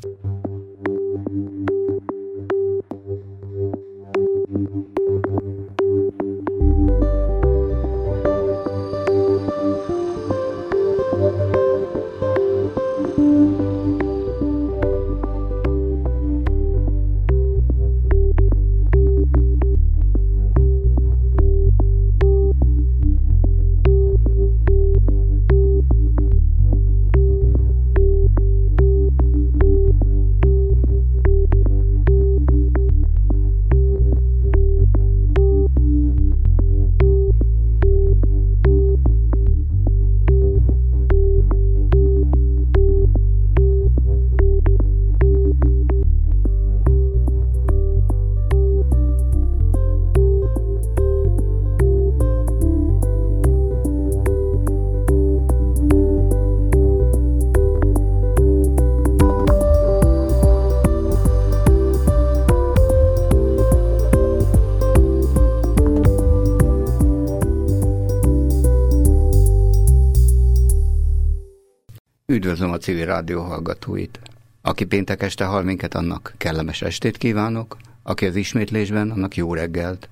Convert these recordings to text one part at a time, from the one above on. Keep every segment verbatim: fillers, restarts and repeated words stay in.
Üdvözlöm a civil rádió hallgatóit. Aki péntek este hall minket, annak kellemes estét kívánok, aki az ismétlésben, annak jó reggelt.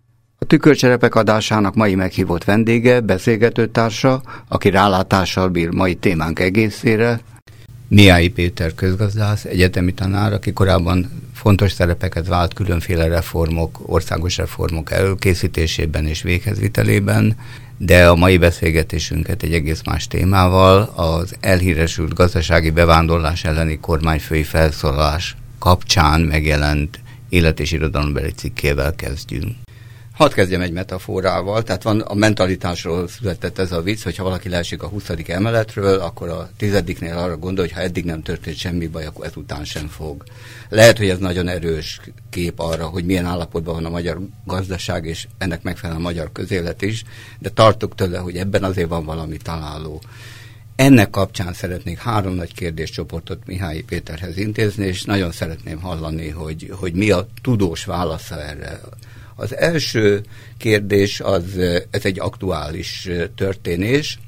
A Tükörcserepek adásának mai meghívott vendége, beszélgetőtársa, aki rálátással bír mai témánk egészére, Mihály Péter közgazdász, egyetemi tanár, aki korábban fontos szerepeket vált különféle reformok, országos reformok előkészítésében és véghezvitelében, de a mai beszélgetésünket egy egész más témával, az elhíresült gazdasági bevándorlás elleni kormányfői felszólalás kapcsán megjelent élet- és irodalombeli cikkével kezdjünk. Hadd kezdjem egy metaforával, tehát van a mentalitásról született ez a vicc, hogyha valaki leesik a huszadik emeletről, akkor a tizediknél arra gondol, hogy ha eddig nem történt semmi baj, akkor ezután sem fog. Lehet, hogy ez nagyon erős kép arra, hogy milyen állapotban van a magyar gazdaság, és ennek megfelelően a magyar közélet is, de tartok tőle, hogy ebben azért van valami találó. Ennek kapcsán szeretnék három nagy kérdéscsoportot Mihály Péterhez intézni, és nagyon szeretném hallani, hogy, hogy mi a tudós válasza erre. Az első kérdés, az, ez egy aktuális történés.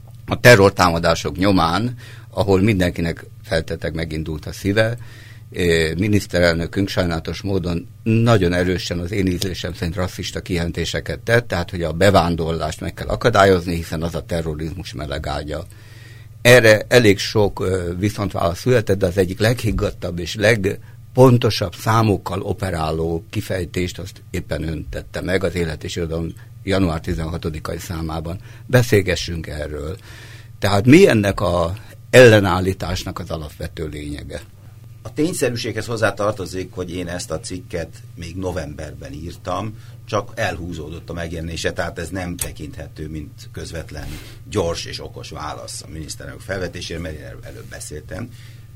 A terrortámadások nyomán, ahol mindenkinek feltettek megindult a szíve, miniszterelnökünk sajnálatos módon nagyon erősen az én ízlésem szerint rasszista kijelentéseket tett, tehát hogy a bevándorlást meg kell akadályozni, hiszen az a terrorizmus melegágya. Erre elég sok viszontválasz született, de az egyik leghiggadtabb és leg pontosabb számokkal operáló kifejtést azt éppen ön tette meg az Élet és Irodalom január tizenhatodikai számában. Beszélgessünk erről. Tehát mi ennek az ellenállításnak az alapvető lényege? A tényszerűséghez hozzá tartozik, hogy én ezt a cikket még novemberben írtam, csak elhúzódott a megjelenése, tehát ez nem tekinthető, mint közvetlen, gyors és okos válasz a miniszterelnök felvetésére, mert én erről előbb beszéltem.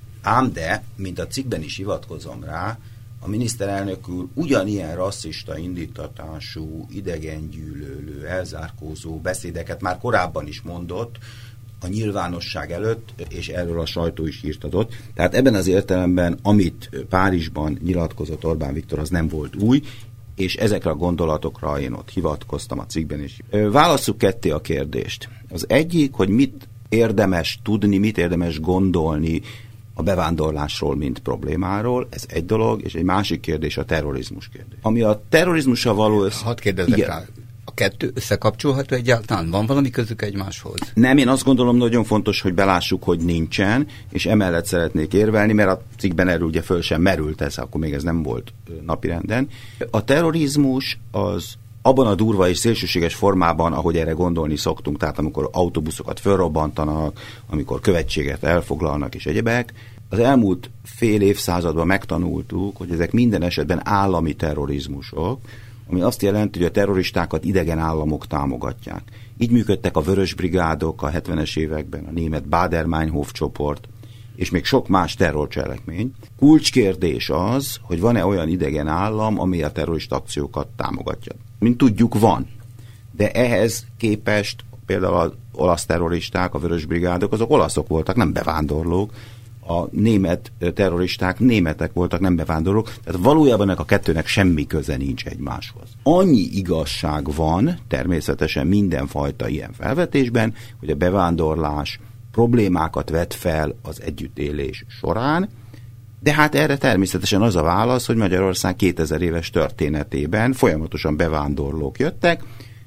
Ám de, mint a cikkben is hivatkozom rá, a miniszterelnök úr ugyanilyen rasszista indítatású, idegengyűlölő, elzárkózó beszédeket már korábban is mondott a nyilvánosság előtt, és erről a sajtó is hírt adott. Tehát ebben az értelemben, amit Párizsban nyilatkozott Orbán Viktor, az nem volt új, és ezekre a gondolatokra én ott hivatkoztam a cikkben is. Válasszuk ketté a kérdést. Az egyik, hogy mit érdemes tudni, mit érdemes gondolni a bevándorlásról, mint problémáról, ez egy dolog, és egy másik kérdés a terrorizmus kérdés. Ami a terrorizmussal való össze... Hadd kérdezzek rá, a kettő összekapcsolható egyáltalán? Van valami közük egymáshoz? Nem, én azt gondolom, nagyon fontos, hogy belássuk, hogy nincsen, és emellett szeretnék érvelni, mert a cikkben erről ugye föl sem merült ez, akkor még ez nem volt napirenden. A terrorizmus az abban a durva és szélsőséges formában, ahogy erre gondolni szoktunk, tehát amikor autóbuszokat fölrobbantanak, amikor követséget elfoglalnak és egyebek, az elmúlt fél évszázadban megtanultuk, hogy ezek minden esetben állami terrorizmusok, ami azt jelenti, hogy a terroristákat idegen államok támogatják. Így működtek a Vörös Brigádok a hetvenes években, a német Baader-Meinhof csoport, és még sok más terrorcselekmény. Kulcskérdés az, hogy van-e olyan idegen állam, ami a terrorista akciókat támogatja. Mint tudjuk, van. De ehhez képest például az olasz terroristák, a Vörös Brigádok, azok olaszok voltak, nem bevándorlók. A német terroristák németek voltak, nem bevándorlók. Tehát valójában a kettőnek semmi köze nincs egymáshoz. Annyi igazság van természetesen mindenfajta ilyen felvetésben, hogy a bevándorlás problémákat vet fel az együttélés során, De hát erre természetesen az a válasz, hogy Magyarország kétezer éves történetében folyamatosan bevándorlók jöttek,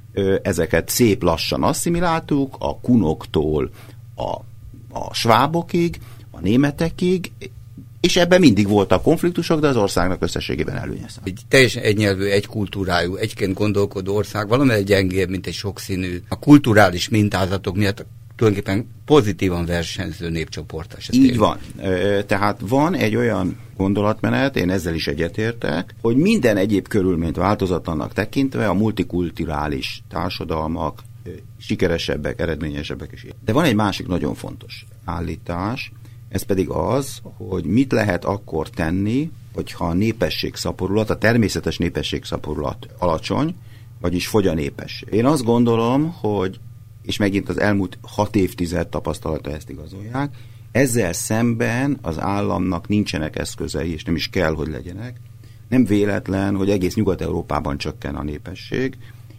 ezeket szép lassan asszimiláltuk, a kunoktól a, a svábokig, a németekig, és ebben mindig voltak konfliktusok, de az országnak összességében előnye száll. Egy teljesen egynyelvű, egykultúrájú, egyként gondolkodó ország valamelyik gyengébb, mint egy sokszínű, a kulturális mintázatok miatt tulajdonképpen pozitívan versenyző népcsoport. Így van. Tehát van egy olyan gondolatmenet, én ezzel is egyetértek, hogy minden egyéb körülményt változatlannak tekintve a multikulturális társadalmak sikeresebbek, eredményesebbek is. De van egy másik nagyon fontos állítás, ez pedig az, hogy mit lehet akkor tenni, hogyha a népességszaporulat, a természetes népességszaporulat alacsony, vagyis fogy a népesség. Én azt gondolom, hogy, és megint az elmúlt hat évtized tapasztalata ezt igazolják, ezzel szemben az államnak nincsenek eszközei, és nem is kell, hogy legyenek. Nem véletlen, hogy egész Nyugat-Európában csökken a népesség,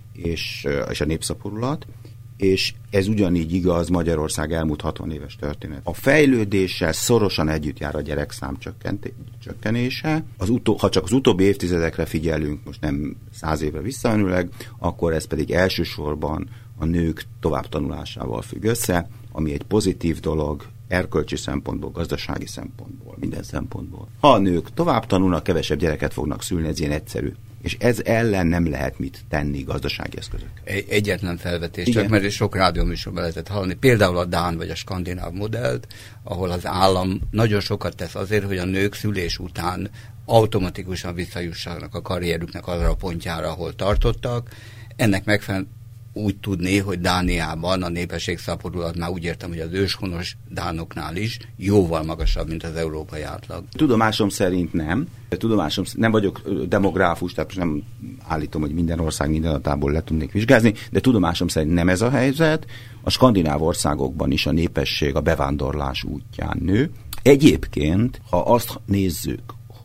és, és a népszaporulat, és ez ugyanígy igaz Magyarország elmúlt hatvan éves történet. A fejlődéssel szorosan együtt jár a gyerekszám csökkenése. Az utó, ha csak az utóbbi évtizedekre figyelünk, most nem száz évre visszamenőleg, akkor ez pedig elsősorban a nők továbbtanulásával függ össze, ami egy pozitív dolog, erkölcsi szempontból, gazdasági szempontból, minden szempontból. Ha a nők tovább tanulnak, kevesebb gyereket fognak szülni, ez ilyen egyszerű. És ez ellen nem lehet mit tenni gazdasági eszközökkel. Egy, egyetlen felvetés, igen. Csak mert sok rádióműsorban lehetett hallani. Például a dán vagy a skandináv modellt, ahol az állam nagyon sokat tesz azért, hogy a nők szülés után automatikusan visszajussanak a karrierüknek arra a pontjára, ahol tartottak. Ennek megfelelően úgy tudni, hogy Dániában a népességszaporulat, már úgy értem, hogy az őshonos dánoknál is jóval magasabb, mint az európai átlag. Tudomásom szerint nem. Tudomásom nem vagyok demográfus, tehát nem állítom, hogy minden ország minden adatából le tudnék vizsgázni, de tudomásom szerint nem ez a helyzet. A skandináv országokban is a népesség a bevándorlás útján nő. Egyébként, ha azt nézzük,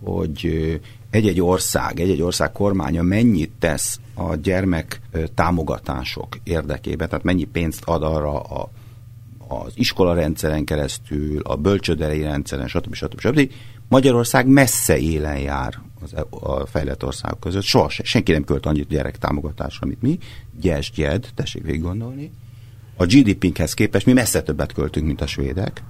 hogy egy-egy ország, egy-egy ország kormánya mennyit tesz a gyermek támogatások érdekében, tehát mennyi pénzt ad arra a, az iskolarendszeren keresztül, a bölcsődei rendszeren, stb. stb. stb. Magyarország messze élen jár az, a fejlett országok között. Soha senki nem költ annyit gyerek támogatásra, mint mi. Gyes, gyed, tessék végig gondolni. A gé dé pénkhez képest mi messze többet költünk, mint a svédek.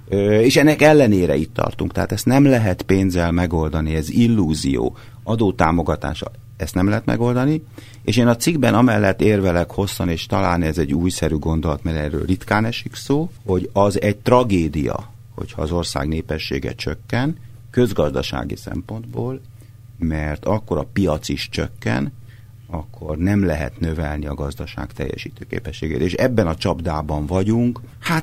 És ennek ellenére itt tartunk, tehát ezt nem lehet pénzzel megoldani, ez illúzió, adótámogatása, ezt nem lehet megoldani, és én a cikkben amellett érvelek hosszan, és talán ez egy újszerű gondolat, mert erről ritkán esik szó, hogy az egy tragédia, hogyha az ország népessége csökken, közgazdasági szempontból, mert akkor a piac is csökken, akkor nem lehet növelni a gazdaság teljesítőképességét. És ebben a csapdában vagyunk. Hát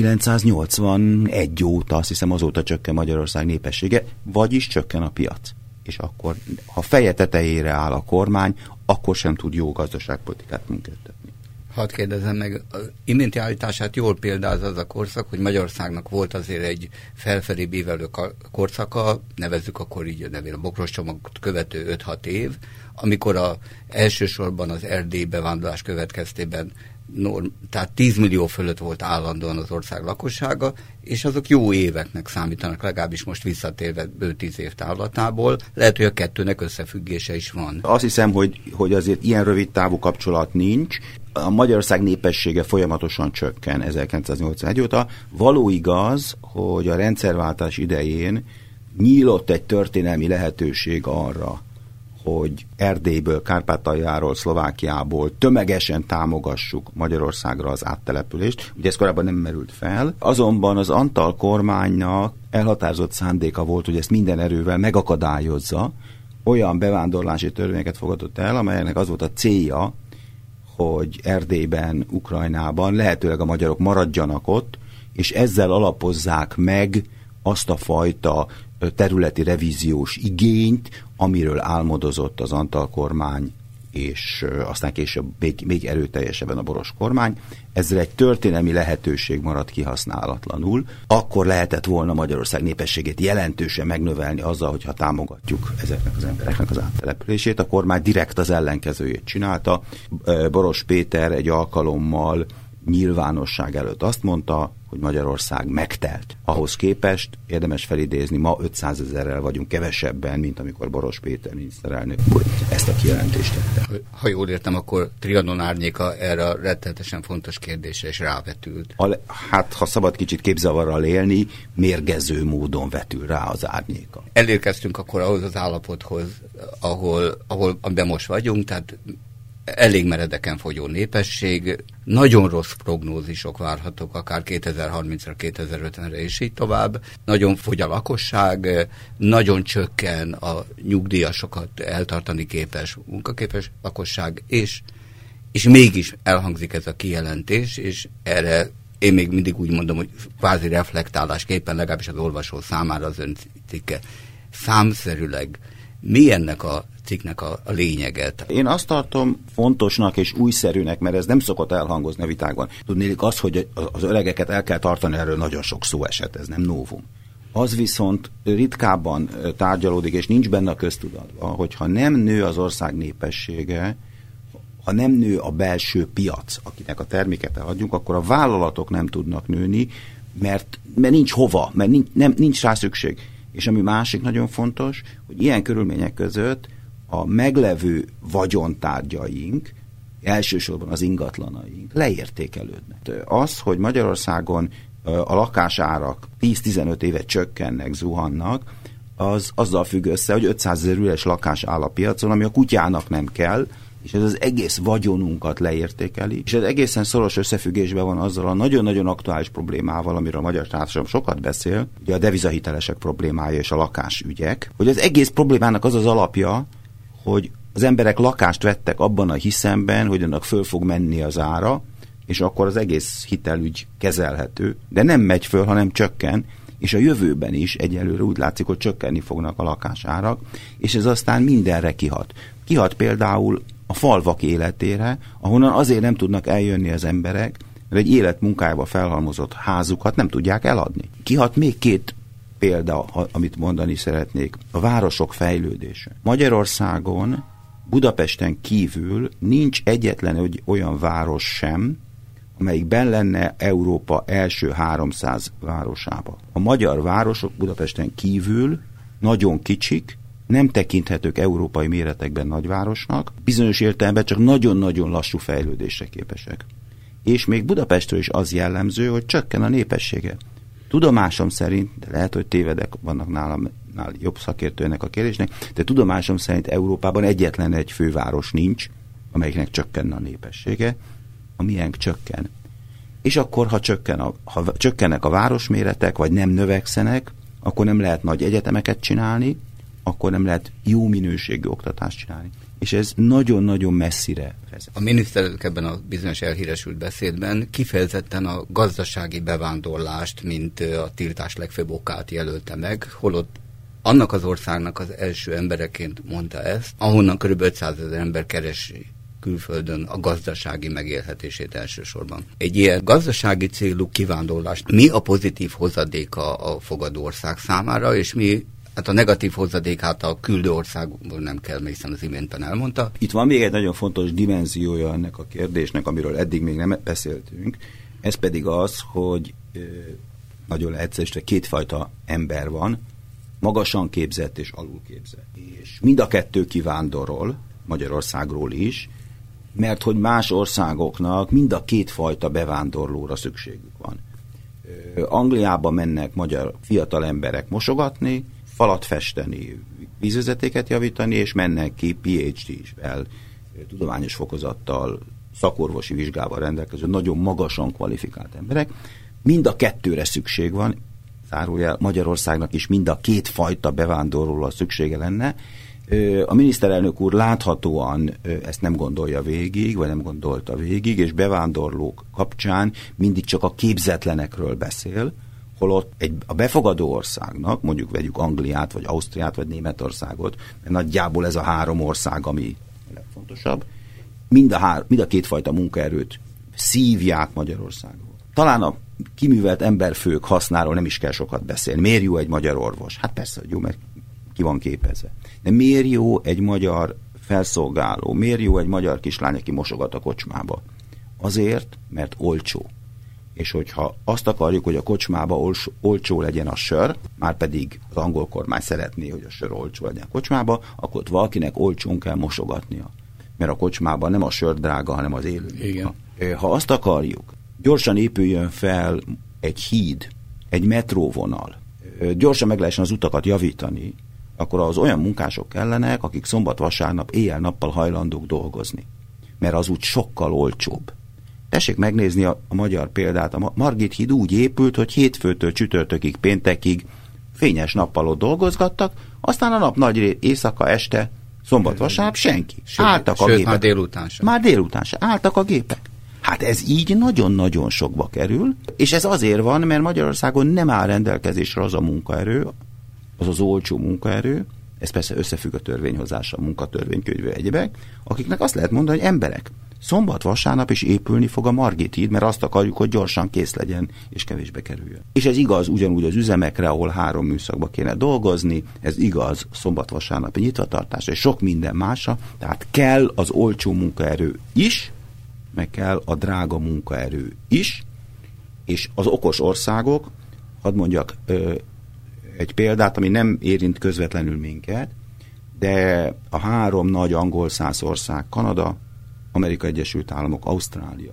ezerkilencszáznyolcvanegy óta, azt hiszem azóta csökken Magyarország népessége, vagyis csökken a piac. És akkor, ha feje tetejére áll a kormány, akkor sem tud jó gazdaságpolitikát működtetni. Hadd kérdezem meg, az iménti állítását jól példázza az a korszak, hogy Magyarországnak volt azért egy felfelé bívelő korszaka, nevezzük akkor így a nevén a Bokros csomagot követő öt-hat év, amikor a, elsősorban az erdélyi bevándorlás következtében norm, tehát tíz millió fölött volt állandóan az ország lakossága, és azok jó éveknek számítanak, legalábbis most visszatérve bő tíz év távlatából. Lehet, hogy a kettőnek összefüggése is van. Azt hiszem, hogy, hogy azért ilyen rövid távú kapcsolat nincs. A Magyarország népessége folyamatosan csökken ezerkilencszáznyolcvanegy óta. Való igaz, hogy a rendszerváltás idején nyílott egy történelmi lehetőség arra, hogy Erdélyből, Kárpátaljáról, Szlovákiából tömegesen támogassuk Magyarországra az áttelepülést. Ugye ez korábban nem merült fel. Azonban az Antal kormánynak elhatározott szándéka volt, hogy ezt minden erővel megakadályozza. Olyan bevándorlási törvényeket fogadott el, amelynek az volt a célja, hogy Erdélyben, Ukrajnában lehetőleg a magyarok maradjanak ott, és ezzel alapozzák meg azt a fajta területi revíziós igényt, amiről álmodozott az Antal kormány, és aztán később még, még erőteljesebben a Boros kormány. Ezzel egy történelmi lehetőség maradt kihasználatlanul. Akkor lehetett volna Magyarország népességét jelentősen megnövelni azzal, hogyha támogatjuk ezeknek az embereknek az áttelepülését. A kormány direkt az ellenkezőjét csinálta. Boros Péter egy alkalommal nyilvánosság előtt azt mondta, hogy Magyarország megtelt. Ahhoz képest érdemes felidézni, ma ötszázezerrel vagyunk kevesebben, mint amikor Boros Péter miniszterelnök úr ezt a kijelentést tette. Ha jól értem, akkor Trianon árnyéka erre a rettenetesen fontos kérdésre is rávetült. A, hát, ha szabad kicsit képzavarral élni, mérgező módon vetül rá az árnyéka. Elérkeztünk akkor ahhoz az állapothoz, ahol, ahol amiben most vagyunk, tehát elég meredeken fogyó népesség, nagyon rossz prognózisok várhatók, akár kétezer-harmincra, kétezer-ötvenre és így tovább. Nagyon fogy a lakosság, nagyon csökken a nyugdíjasokat eltartani képes, munkaképes lakosság, és, és mégis elhangzik ez a kijelentés, és erre én még mindig úgy mondom, hogy kvázi reflektálásképpen, legalábbis az olvasó számára az ön cikke számszerűleg mi ennek a cikknek a, a lényeget? Én azt tartom fontosnak és újszerűnek, mert ez nem szokott elhangozni a vitákban. Tudnélik az, hogy az öregeket el kell tartani, erről nagyon sok szó esett, ez nem novum. Az viszont ritkábban tárgyalódik, és nincs benne a köztudatban, hogyha nem nő az ország népessége, ha nem nő a belső piac, akinek a terméket eladjunk, akkor a vállalatok nem tudnak nőni, mert, mert nincs hova, mert nincs, nem, nincs rá szükség. És ami másik nagyon fontos, hogy ilyen körülmények között a meglevő vagyontárgyaink, elsősorban az ingatlanaink leértékelődnek. Az, hogy Magyarországon a lakásárak tíz-tizenöt éve csökkennek, zuhannak, az azzal függ össze, hogy ötszázezer üres lakás áll a piacon, ami a kutyának nem kell, és ez az egész vagyonunkat leértékeli, és ez egészen szoros összefüggésben van azzal a nagyon-nagyon aktuális problémával, amiről a magyar társadalom sokat beszél, ugye a devizahitelesek problémája és a lakásügyek, hogy az egész problémának az az alapja, hogy az emberek lakást vettek abban a hiszemben, hogy annak föl fog menni az ára, és akkor az egész hitelügy kezelhető, de nem megy föl, hanem csökken, és a jövőben is egyelőre úgy látszik, hogy csökkenni fognak a lakásárak, és ez aztán mindenre kihat. Kihat például a falvak életére, ahonnan azért nem tudnak eljönni az emberek, mert egy életmunkájába felhalmozott házukat nem tudják eladni. Kihat még két példa, amit mondani szeretnék, a városok fejlődése. Magyarországon, Budapesten kívül nincs egyetlen olyan város sem, amelyikben lenne Európa első háromszáz városába. A magyar városok Budapesten kívül nagyon kicsik, nem tekinthetők európai méretekben nagyvárosnak, bizonyos értelemben csak nagyon-nagyon lassú fejlődésre képesek. És még Budapestről is az jellemző, hogy csökken a népessége. Tudomásom szerint, de lehet, hogy tévedek, vannak nálam nál jobb szakértőnek a kérdésnek, de tudomásom szerint Európában egyetlen egy főváros nincs, amelyiknek csökkenne a népessége, a miénk csökken. És akkor, ha, csökken a, ha csökkennek a városméretek, vagy nem növekszenek, akkor nem lehet nagy egyetemeket csinálni, akkor nem lehet jó minőségű oktatást csinálni. És ez nagyon-nagyon messzire vezet. A miniszterelnök ebben a bizonyos elhíresült beszédben kifejezetten a gazdasági bevándorlást, mint a tiltás legfőbb okát jelölte meg, holott annak az országnak az első embereként mondta ezt, ahonnan kb. ötszázezer ember keresi külföldön a gazdasági megélhetését elsősorban. Egy ilyen gazdasági célú kivándorlást mi a pozitív hozadéka a fogadó ország számára, és mi hát a negatív hozadék, hát a küldő országból nem kell, mert hiszen az iménten elmondta. Itt van még egy nagyon fontos dimenziója ennek a kérdésnek, amiről eddig még nem beszéltünk, ez pedig az, hogy ö, nagyon egyszerűen kétfajta ember van, magasan képzett és alulképzett. És mind a kettő kivándorol, Magyarországról is, mert hogy más országoknak mind a kétfajta bevándorlóra szükségük van. Ö, Angliába mennek magyar fiatal emberek mosogatni, falat festeni, vízvezetéket javítani, és mennek ki PhD-vel, tudományos fokozattal, szakorvosi vizsgával rendelkező, nagyon magasan kvalifikált emberek. Mind a kettőre szükség van, zárójel Magyarországnak is mind a két fajta bevándorlóra szüksége lenne. A miniszterelnök úr láthatóan ezt nem gondolja végig, vagy nem gondolta végig, és bevándorlók kapcsán mindig csak a képzetlenekről beszél, holott egy, a befogadó országnak, mondjuk vegyük Angliát, vagy Ausztriát, vagy Németországot, mert nagyjából ez a három ország, ami a legfontosabb, mind a, hár, mind a kétfajta munkaerőt szívják Magyarországról. Talán a kiművelt emberfők hasznáról nem is kell sokat beszélni. Miért jó egy magyar orvos? Hát persze, hogy jó, mert ki van képezve. De miért jó egy magyar felszolgáló? Miért jó egy magyar kislány, aki mosogat a kocsmába? Azért, mert olcsó. És hogyha azt akarjuk, hogy a kocsmába olcsó, olcsó legyen a sör, már pedig az angol kormány szeretné, hogy a sör olcsó legyen a kocsmába, akkor ott valakinek olcsón kell mosogatnia. Mert a kocsmában nem a sör drága, hanem az élő. Igen. Ha azt akarjuk, gyorsan épüljön fel egy híd, egy metróvonal, gyorsan meg lehessen az utakat javítani, akkor az olyan munkások kellenek, akik szombat-vasárnap éjjel-nappal hajlandók dolgozni. Mert az úgy sokkal olcsóbb. Tessék megnézni a, a magyar példát. A Margit híd úgy épült, hogy hétfőtől csütörtökig, péntekig fényes nappal ott dolgozgattak, aztán a nap nagy éjszaka, este, szombat-vasárnap senki. Sőt, álltak a sőt, gépek. Már délután sem. Már délután sem. Álltak a gépek. Hát ez így nagyon-nagyon sokba kerül, és ez azért van, mert Magyarországon nem áll rendelkezésre az a munkaerő, az az olcsó munkaerő, ez persze összefügg a törvényhozással, a munkatörvénykönyvvel, egyebek, akiknek azt lehet mondani, hogy emberek, szombat, vasárnap is épülni fog a Margit híd, mert azt akarjuk, hogy gyorsan kész legyen, és kevésbe kerüljön. És ez igaz ugyanúgy az üzemekre, ahol három műszakba kéne dolgozni, ez igaz szombat-vasárnapi nyitvatartásra, és sok minden másra, tehát kell az olcsó munkaerő is, meg kell a drága munkaerő is, és az okos országok, hadd mondjak ö, egy példát, ami nem érint közvetlenül minket, de a három nagy angol száz ország, Kanada, Amerikai Egyesült Államok, Ausztrália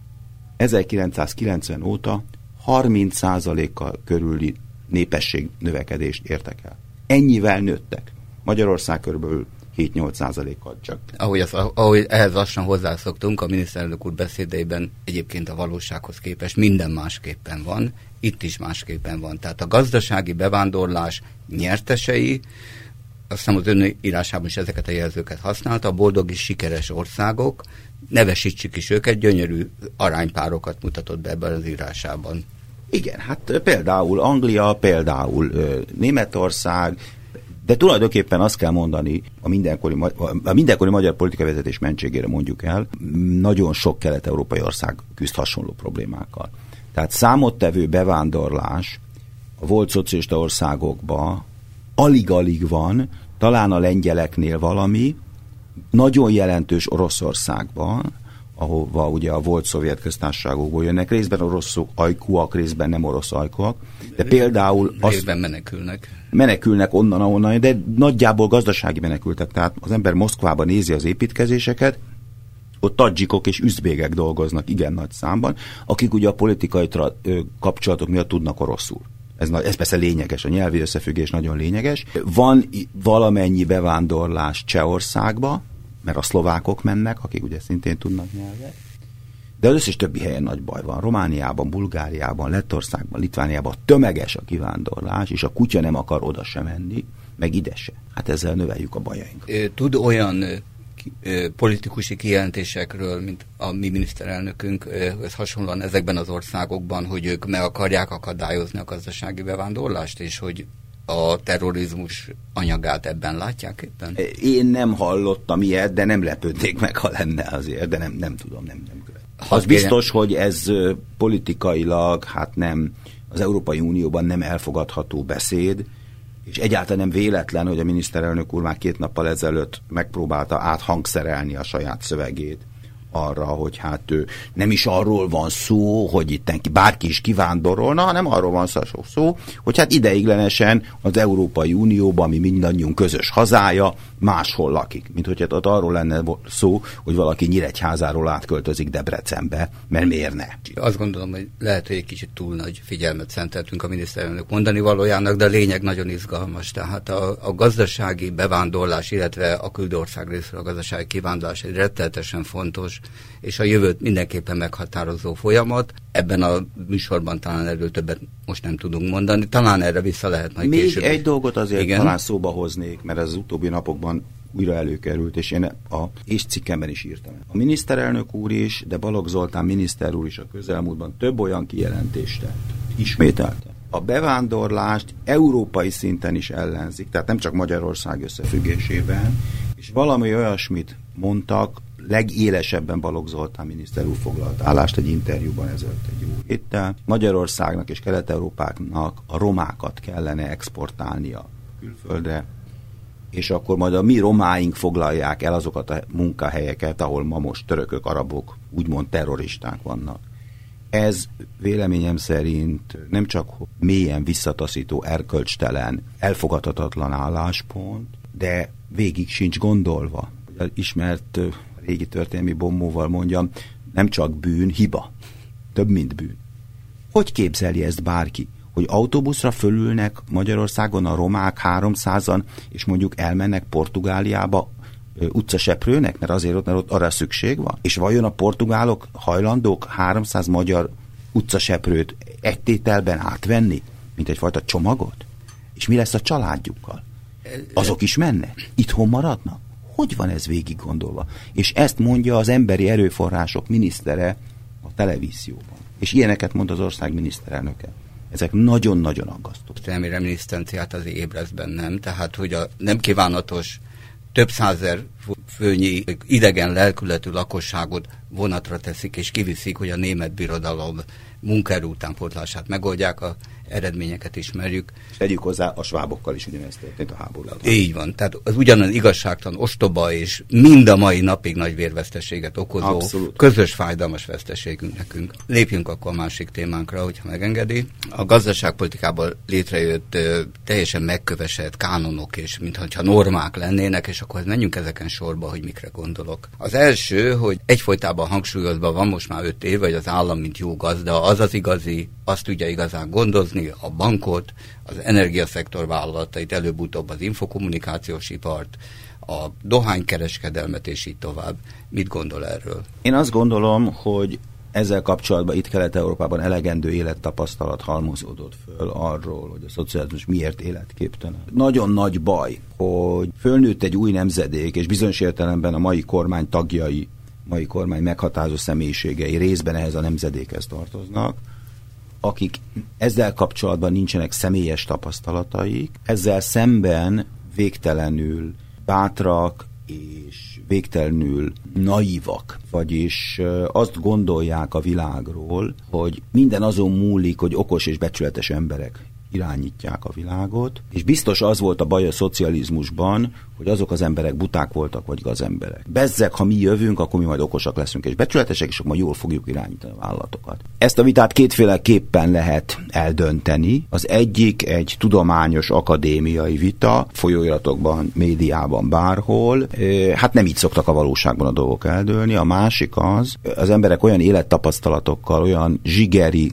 ezerkilencszázkilencven óta harminc százalékkal körüli népesség növekedést értek el. Ennyivel nőttek. Magyarország körülbelül hét-nyolc százalékkal csak. Ahogy, az, ahogy ehhez lassan hozzászoktunk, a miniszterelnök úr beszédeiben egyébként a valósághoz képest minden másképpen van, itt is másképpen van. Tehát a gazdasági bevándorlás nyertesei, azt hiszem az ön írásában is ezeket a jelzőket használta, a boldog és sikeres országok, nevesítsük is őket, gyönyörű aránypárokat mutatott be ebben az írásában. Igen, hát például Anglia, például Németország, de tulajdonképpen azt kell mondani, a mindenkori, a mindenkori magyar politikai vezetés mentségére mondjuk el, nagyon sok kelet-európai ország küzd hasonló problémákkal. Tehát számottevő bevándorlás a volt szocialista országokban alig-alig van, talán a lengyeleknél valami, nagyon jelentős Oroszországban, ahova ugye a volt szovjet köztársaságokból jönnek, részben orosz ajkúak, részben nem orosz ajkúak, de például... Részben menekülnek. Menekülnek onnan, ahonnan, de nagyjából gazdasági menekültek, tehát az ember Moszkvában nézi az építkezéseket, ott tadzsikok és üzbégek dolgoznak igen nagy számban, akik ugye a politikai tra- kapcsolatok miatt tudnak oroszul. Ez, ez persze lényeges, a nyelvi összefüggés nagyon lényeges. Van valamennyi bevándorlás Csehországba, mert a szlovákok mennek, akik ugye szintén tudnak nyelvet. De az összes többi helyen nagy baj van. Romániában, Bulgáriában, Lettországban, Litvániában tömeges a kivándorlás, és a kutya nem akar oda sem menni, meg ide se. Hát ezzel növeljük a bajainkat. Tud olyan politikusi kijelentésekről, mint a mi miniszterelnökünk, ez hasonlóan ezekben az országokban, hogy ők meg akarják akadályozni a gazdasági bevándorlást, és hogy a terrorizmus anyagát ebben látják éppen? Én nem hallottam ilyet, de nem lepődnék meg, ha lenne azért, de nem, nem tudom, nem, nem követ. Az biztos, hogy ez politikailag, hát nem, az Európai Unióban nem elfogadható beszéd, és egyáltalán nem véletlen, hogy a miniszterelnök úr már két nappal ezelőtt megpróbálta áthangszerelni a saját szövegét arra, hogy hát ő nem is arról van szó, hogy itt bárki is kivándorolna, hanem arról van szó, hogy hát ideiglenesen az Európai Unióban, ami mindannyiunk közös hazája, máshol lakik. Mint hogy hát ott arról lenne szó, hogy valaki Nyíregyházáról átköltözik Debrecenbe, mert miért ne? Azt gondolom, hogy lehet, hogy egy kicsit túl nagy figyelmet szenteltünk a miniszterelnök mondani valójának, de a lényeg nagyon izgalmas. Tehát a, a gazdasági bevándorlás, illetve a küldő ország részről a gazdasági kivándorlás egy rettenetesen fontos, és a jövőt mindenképpen meghatározó folyamat. Ebben a műsorban talán erről többet most nem tudunk mondani, talán erre vissza lehet majd Még később. egy dolgot azért Igen? talán szóba hoznék, mert ez az utóbbi napokban újra előkerült, és én a és cikkemben is írtam. A miniszterelnök úr is, de Balogh Zoltán miniszter úr is a közelmúltban több olyan kijelentést tett. Ismételte. A bevándorlást európai szinten is ellenzik, tehát nem csak Magyarország összefüggésében, és valami olyasmit mondtak, legélesebben Balogh Zoltán miniszter úr foglalt állást egy interjúban ezelőtt egy jó héttel. Magyarországnak és Kelet-Európáknak a romákat kellene exportálnia külföldre, és akkor majd a mi romáink foglalják el azokat a munkahelyeket, ahol ma most törökök, arabok, úgymond terroristák vannak. Ez véleményem szerint nem csak mélyen visszataszító, erkölcstelen, elfogadhatatlan álláspont, de végig sincs gondolva. Ismert régi történelmi bombóval mondjam, nem csak bűn, hiba. Több, mint bűn. Hogy képzeli ezt bárki? Hogy autóbuszra fölülnek Magyarországon a romák háromszázan, és mondjuk elmennek Portugáliába utcaseprőnek, mert azért ott, mert ott arra szükség van? És vajon a portugálok hajlandók háromszáz magyar utcaseprőt egy tételben átvenni, mint egyfajta csomagot? És mi lesz a családjukkal? Azok is mennek? Itthon maradnak? Hogy van ez végig gondolva? És ezt mondja az emberi erőforrások minisztere a televízióban. És ilyeneket mond az ország miniszterelnöke. Ezek nagyon-nagyon aggasztók. Történelmi reminiszenciát az ébreszt bennem, tehát hogy a nem kívánatos több százezer főnyi idegen lelkületű lakosságot vonatra teszik és kiviszik, hogy a német birodalom munkaerő utánpótlását megoldják, a eredményeket ismerjük. És tegyük hozzá, a svábokkal is ugyanezt történt a háború alatt. Így van, tehát az ugyanaz igazságtalan, ostoba és mind a mai napig nagy vérveszteséget okozó, abszolút közös fájdalmas veszteségünk nekünk. Lépjünk akkor a másik témánkra, hogyha megengedi. A gazdaságpolitikában létrejött ö, teljesen megkövesett kánonok és mintha normák lennének, és akkor menjünk ezeken sorba, hogy mikre gondolok. Az első, hogy egyfolytában hangsúlyozva van most már öt év, hogy az állam, mint jó gazda, az az igazi, azt tudja igazán gondozni, a bankot, az energiaszektor vállalatait, előbb-utóbb az infokommunikációs ipart, a dohánykereskedelmet, és így tovább. Mit gondol erről? Én azt gondolom, hogy ezzel kapcsolatban itt Kelet-Európában elegendő élettapasztalat halmozódott föl arról, hogy a szocializmus miért életképtelen. Nagyon nagy baj, hogy fölnőtt egy új nemzedék, és bizonyos értelemben a mai kormány tagjai, mai kormány meghatározó személyiségei részben ehhez a nemzedékhez tartoznak, akik ezzel kapcsolatban nincsenek személyes tapasztalataik, ezzel szemben végtelenül bátrak és végtelenül naívak, vagyis azt gondolják a világról, hogy minden azon múlik, hogy okos és becsületes emberek irányítják a világot, és biztos az volt a baj a szocializmusban, hogy azok az emberek buták voltak, vagy gazemberek. Bezzeg, ha mi jövünk, akkor mi majd okosak leszünk, és becsületesek, és akkor majd jól fogjuk irányítani a vállalatokat. Ezt a vitát kétféleképpen lehet eldönteni. Az egyik egy tudományos, akadémiai vita, folyóiratokban, médiában, bárhol. Hát nem így szoktak a valóságban a dolgok eldőlni. A másik az, az emberek olyan élettapasztalatokkal, olyan zsigeri,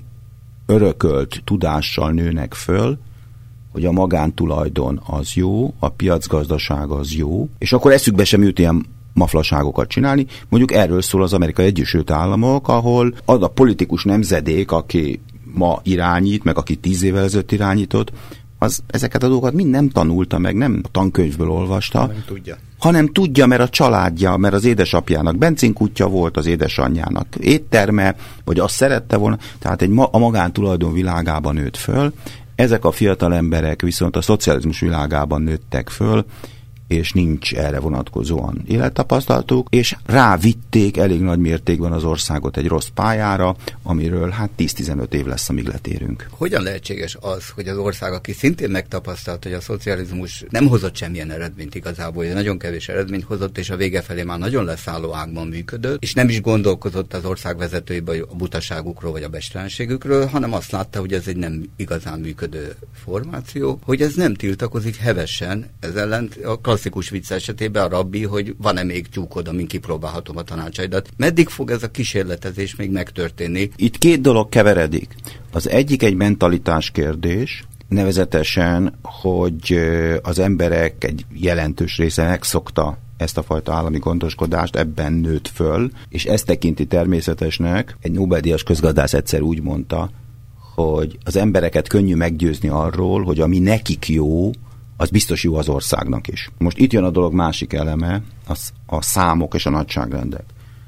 örökölt tudással nőnek föl, hogy a magántulajdon az jó, a piacgazdaság az jó, és akkor eszükbe sem jut ilyen maflaságokat csinálni. Mondjuk erről szól az Amerikai Egyesült Államok, ahol az a politikus nemzedék, aki ma irányít, meg aki tíz évvel ezelőtt irányított, az ezeket a dolgokat mind nem tanulta meg, nem a tankönyvből olvasta, nem tudja. hanem tudja, mert a családja, mert az édesapjának benzinkutya volt, az édesanyjának étterme, vagy azt szerette volna, tehát egy ma, a magántulajdon világában nőtt föl. Ezek a fiatal emberek viszont a szocializmus világában nőttek föl, és nincs erre vonatkozóan élettapasztalatuk, és rávitték elég nagy mértékben az országot egy rossz pályára, amiről hát tíz-tizenöt év lesz, amíg letérünk. Hogyan lehetséges az, hogy az ország, aki szintén megtapasztalt, hogy a szocializmus nem hozott semmilyen eredményt igazából, hogy nagyon kevés eredményt hozott, és a vége felé már nagyon leszálló ágban működött, és nem is gondolkozott az ország vezetőiben a butaságukról vagy a bestelenségükről, hanem azt látta, hogy ez egy nem igazán működő formáció, hogy ez nem tiltakozik hevesen, ez ellen a klasszikus vicc esetében a rabbi, hogy van-e még tyúkod, amin kipróbálhatom a tanácsaidat. Meddig fog ez a kísérletezés még megtörténni? Itt két dolog keveredik. Az egyik egy mentalitás kérdés, nevezetesen, hogy az emberek egy jelentős része megszokta ezt a fajta állami gondoskodást, ebben nőtt föl, és ezt tekinti természetesnek. Egy Nobel-díjas közgazdász egyszer úgy mondta, hogy az embereket könnyű meggyőzni arról, hogy ami nekik jó, az biztos jó az országnak is. Most itt jön a dolog másik eleme, az a számok és a nagyságrendek.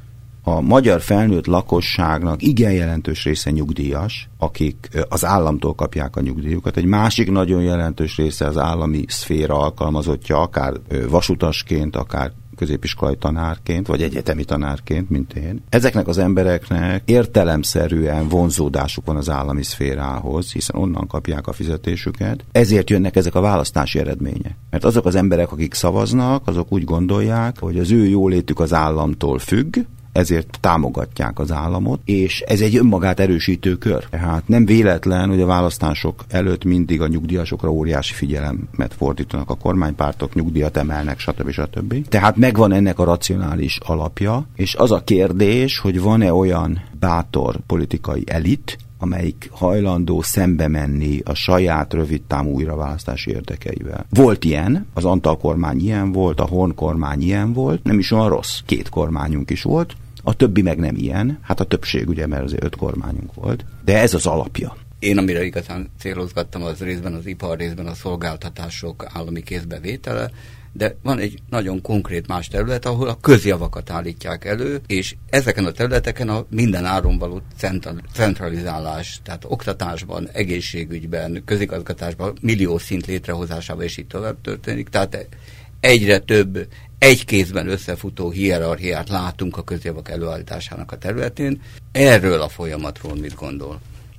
A magyar felnőtt lakosságnak igen jelentős része nyugdíjas, akik az államtól kapják a nyugdíjukat. Egy másik nagyon jelentős része az állami szféra alkalmazottja, akár vasutasként, akár középiskolai tanárként, vagy egyetemi tanárként, mint én. Ezeknek az embereknek értelemszerűen vonzódásuk van az állami szférához, hiszen onnan kapják a fizetésüket. Ezért jönnek ezek a választási eredmények. Mert azok az emberek, akik szavaznak, azok úgy gondolják, hogy az ő jólétük az államtól függ, ezért támogatják az államot, és ez egy önmagát erősítő kör. Tehát nem véletlen, hogy a választások előtt mindig a nyugdíjasokra óriási figyelemet fordítanak a kormánypártok, nyugdíjat emelnek, stb. stb. Tehát megvan ennek a racionális alapja, és az a kérdés, hogy van-e olyan bátor politikai elit, amelyik hajlandó szembe menni a saját rövidtávú újraválasztási érdekeivel. Volt ilyen, az Antal kormány ilyen volt, a Horn kormány ilyen volt, nem is olyan rossz, két kormányunk is volt, a többi meg nem ilyen, hát a többség ugye, mert azért öt kormányunk volt, de ez az alapja. Én amire igazán célozgattam, az részben az ipar, részben a szolgáltatások állami kézbevétele, de van egy nagyon konkrét más terület, ahol a közjavakat állítják elő, és ezeken a területeken a minden áron való centralizálás, tehát oktatásban, egészségügyben, közigazgatásban, millió szint létrehozásában és így tovább történik, tehát egyre több egy kézben összefutó hierarchiát látunk a közjavak előállításának a területén. Erről a folyamatról mit gondol?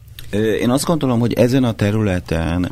Én azt gondolom, hogy ezen a területen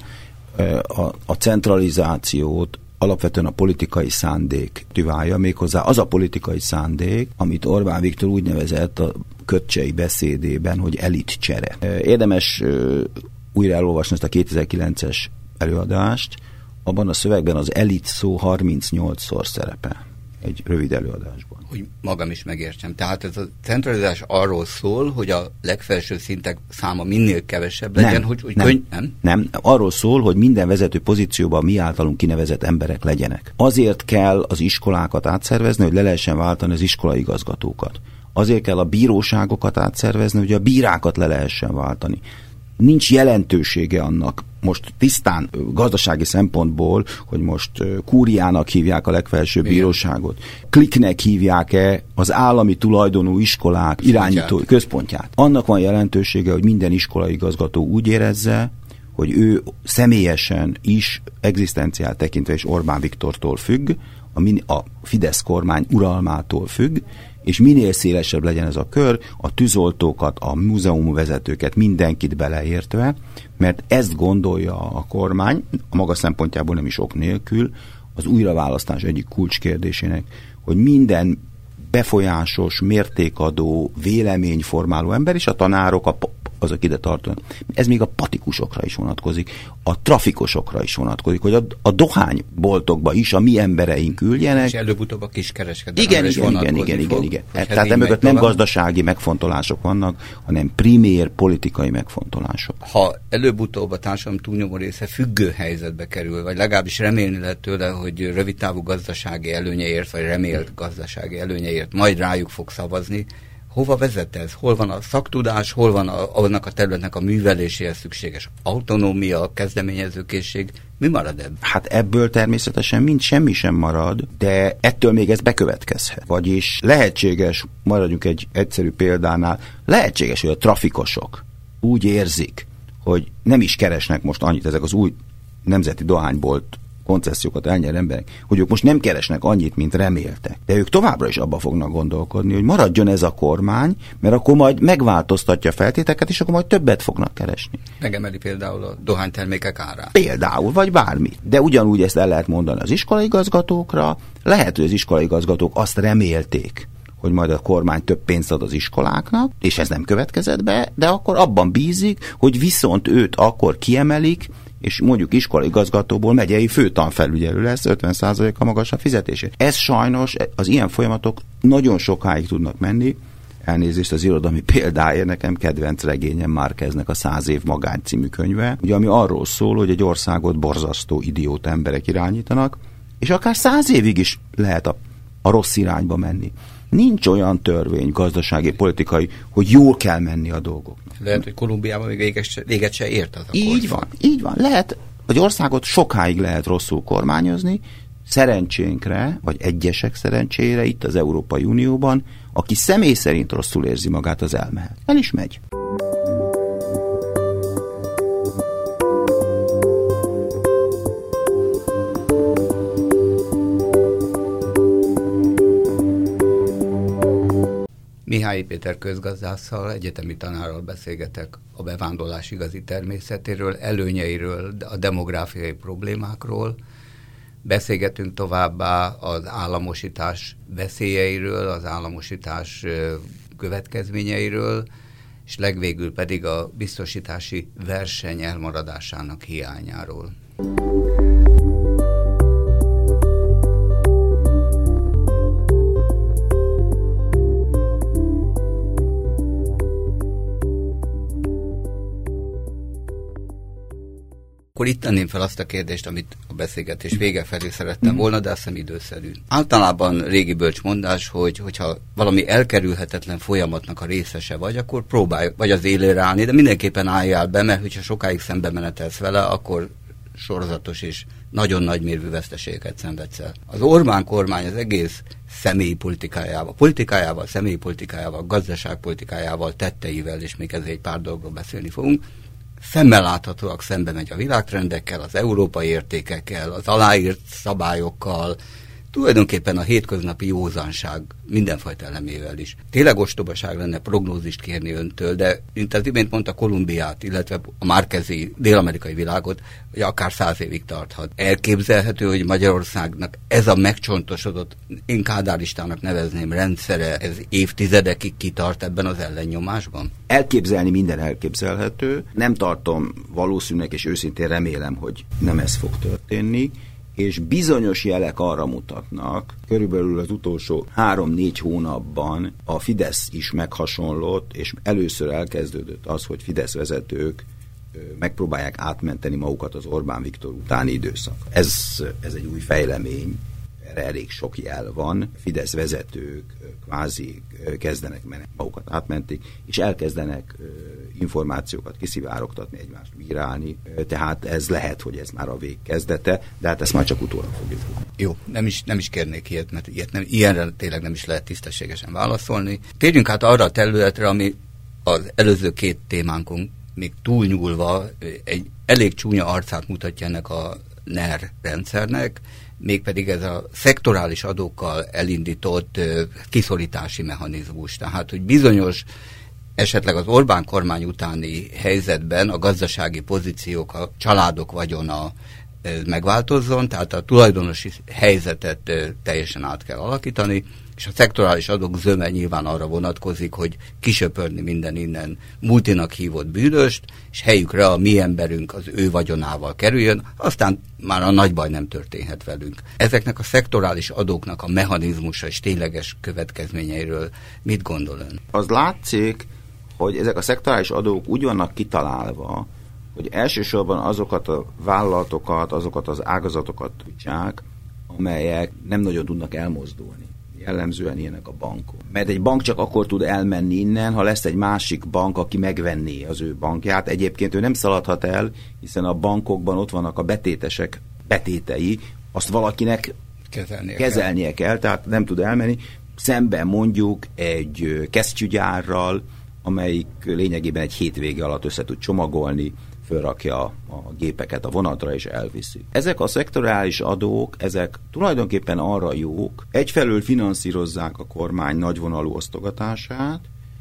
a, a centralizációt alapvetően a politikai szándék tüválja, méghozzá az a politikai szándék, amit Orbán Viktor úgy nevezett a Kötcsei beszédében, hogy elitcsere. Érdemes újra elolvasni ezt a kétezer-kilences előadást, abban a szövegben az elit szó harmincnyolcszor szerepel egy rövid előadásban. Hogy magam is megértsem. Tehát ez a centralizás arról szól, hogy a legfelső szintek száma minél kevesebb legyen, nem, hogy, hogy nem, könyv, nem? Nem, arról szól, hogy minden vezető pozícióban mi általunk kinevezett emberek legyenek. Azért kell az iskolákat átszervezni, hogy le lehessen váltani az iskolai igazgatókat. Azért kell a bíróságokat átszervezni, hogy a bírákat le lehessen váltani. Nincs jelentősége annak, most tisztán gazdasági szempontból, hogy most kúriának hívják a legfelsőbb igen. bíróságot, kliknek hívják-e az állami tulajdonú iskolák irányító központját. Annak van jelentősége, hogy minden iskolai igazgató úgy érezze, hogy ő személyesen is egzisztenciát tekintve és Orbán Viktortól függ, a, min- a Fidesz kormány uralmától függ, és minél szélesebb legyen ez a kör, a tűzoltókat, a múzeumvezetőket, mindenkit beleértve, mert ezt gondolja a kormány, a maga szempontjából nem is ok nélkül, az újraválasztás egyik kulcskérdésének, hogy minden befolyásos, mértékadó, véleményformáló ember, és a tanárok, a azok ide tartanak. Ez még a patikusokra is vonatkozik, a trafikosokra is vonatkozik, hogy a, a dohányboltokba is a mi embereink üljenek. És előbb-utóbb a kiskereskedelem. Igen, igen, igen, igen, igen, igen. Tehát emögött nem gazdasági megfontolások vannak, hanem primér politikai megfontolások. Ha előbb-utóbb a társadalom túlnyomó része függő helyzetbe kerül, vagy legalábbis remélni lehet tőle, hogy rövidtávú gazdasági előnyeért, vagy remélt gazdasági előnyeért majd rájuk fog szavazni, hova vezet ez? Hol van a szaktudás, hol van a, annak a területnek a műveléséhez szükséges autonómia, kezdeményezőkészség? Mi marad ebből? Hát ebből természetesen mind semmi sem marad, de ettől még ez bekövetkezhet. Vagyis lehetséges, maradjunk egy egyszerű példánál, lehetséges, hogy a trafikosok úgy érzik, hogy nem is keresnek most annyit, ezek az új nemzeti dohánybolt koncesziókat elnyer emberek, hogy ők most nem keresnek annyit, mint reméltek. De ők továbbra is abba fognak gondolkodni, hogy maradjon ez a kormány, mert akkor majd megváltoztatja a feltéteket, és akkor majd többet fognak keresni. Megemeli például a dohánytermékek árát. Például, vagy bármi. De ugyanúgy ezt el lehet mondani az iskolaigazgatókra, lehet, hogy az iskolaigazgatók azt remélték, hogy majd a kormány több pénzt ad az iskoláknak, és ez nem következett be, de akkor abban bízik, hogy viszont őt akkor kiemelik, és mondjuk iskolaigazgatóból megyei főtanfelügyelő lesz ötven százalékkal magasabb fizetését. Ez sajnos, az ilyen folyamatok nagyon sokáig tudnak menni. Elnézést az irodalmi példája, nekem kedvenc regényem Márqueznek a Száz év magány című könyve, ugye, ami arról szól, hogy egy országot borzasztó idióta emberek irányítanak, és akár száz évig is lehet a, a rossz irányba menni. Nincs olyan törvény, gazdasági, politikai, hogy jól kell menni a dolgok. Lehet, hogy Kolumbiában még véget, véget se ért az a Így korszak. van, így van. Lehet, hogy országot sokáig lehet rosszul kormányozni, szerencsénkre, vagy egyesek szerencsére itt az Európai Unióban, aki személy szerint rosszul érzi magát, az elmehet. El is megy. Mihály Péter közgazdásszal, egyetemi tanárral beszélgetek a bevándorlás igazi természetéről, előnyeiről, a demográfiai problémákról. Beszélgetünk továbbá az államosítás veszélyeiről, az államosítás következményeiről, és legvégül pedig a biztosítási verseny elmaradásának hiányáról. Akkor itt tenném fel azt a kérdést, amit a beszélgetés vége felé szerettem volna, de azt hiszem időszerű. Általában régi bölcsmondás, hogy hogyha valami elkerülhetetlen folyamatnak a részese vagy, akkor próbálj, vagy az élére állni, de mindenképpen álljál be, mert hogyha sokáig szembe menetelsz vele, akkor sorozatos és nagyon nagymérvű veszteségeket szenvedsz el. Az Orbán kormány az egész személyi politikájával, politikájával, személyi politikájával, gazdaságpolitikájával, tetteivel, és még ezért egy pár dologról beszélni fogunk, szemmel láthatóak szembe megy a világtrendekkel, az európai értékekkel, az aláírt szabályokkal, tulajdonképpen a hétköznapi józanság mindenfajta elemével is. Tényleg ostobaság lenne prognózist kérni öntől, de mint az imént mondta Kolumbiát, illetve a márkezi dél-amerikai világot, hogy akár száz évig tarthat. Elképzelhető, hogy Magyarországnak ez a megcsontosodott, én kádáristának nevezném rendszere, ez évtizedekig kitart ebben az ellennyomásban? Elképzelni minden elképzelhető. Nem tartom valószínűleg, és őszintén remélem, hogy nem ez fog történni, és bizonyos jelek arra mutatnak, körülbelül az utolsó három-négy hónapban a Fidesz is meghasonlott, és először elkezdődött az, hogy Fidesz vezetők megpróbálják átmenteni magukat az Orbán Viktor utáni időszak. Ez, ez egy új fejlemény, erre elég sok jel van. Fidesz vezetők kvázi kezdenek menni, magukat átmentik, és elkezdenek információkat kiszivárogtatni, egymást bírálni, tehát ez lehet, hogy ez már a vég kezdete, de hát ezt már csak utólag fogjuk tudni. Jó, nem is, nem is kérnék ilyet, mert ilyet nem, ilyenre tényleg nem is lehet tisztességesen válaszolni. Térjünk át arra a területre, ami az előző két témánkon még túlnyúlva egy elég csúnya arcát mutatja ennek a en e er rendszernek, mégpedig ez a szektorális adókkal elindított kiszorítási mechanizmus. Tehát, hogy bizonyos esetleg az Orbán kormány utáni helyzetben a gazdasági pozíciók, a családok vagyona megváltozzon, tehát a tulajdonosi helyzetet teljesen át kell alakítani, és a szektorális adók zöme nyilván arra vonatkozik, hogy kisöpörni minden innen multinak hívott bűnöst, és helyükre a mi emberünk az ő vagyonával kerüljön, aztán már a nagy baj nem történhet velünk. Ezeknek a szektorális adóknak a mechanizmusa és tényleges következményeiről mit gondol ön? Az látszik, hogy ezek a szektorális adók úgy vannak kitalálva, hogy elsősorban azokat a vállalatokat, azokat az ágazatokat tudják, amelyek nem nagyon tudnak elmozdulni. Jellemzően ilyenek a bankok. Mert egy bank csak akkor tud elmenni innen, ha lesz egy másik bank, aki megvenné az ő bankját. Egyébként ő nem szaladhat el, hiszen a bankokban ott vannak a betétesek betétei, azt valakinek kezelnie, kezelnie kell. kell, tehát nem tud elmenni. Szemben mondjuk egy kesztyűgyárral, amelyik lényegében egy hétvége alatt össze tud csomagolni, fölrakja a gépeket a vonatra és elviszi. Ezek a szektorális adók, ezek tulajdonképpen arra jók, egyfelől finanszírozzák a kormány nagyvonalú osztogatását,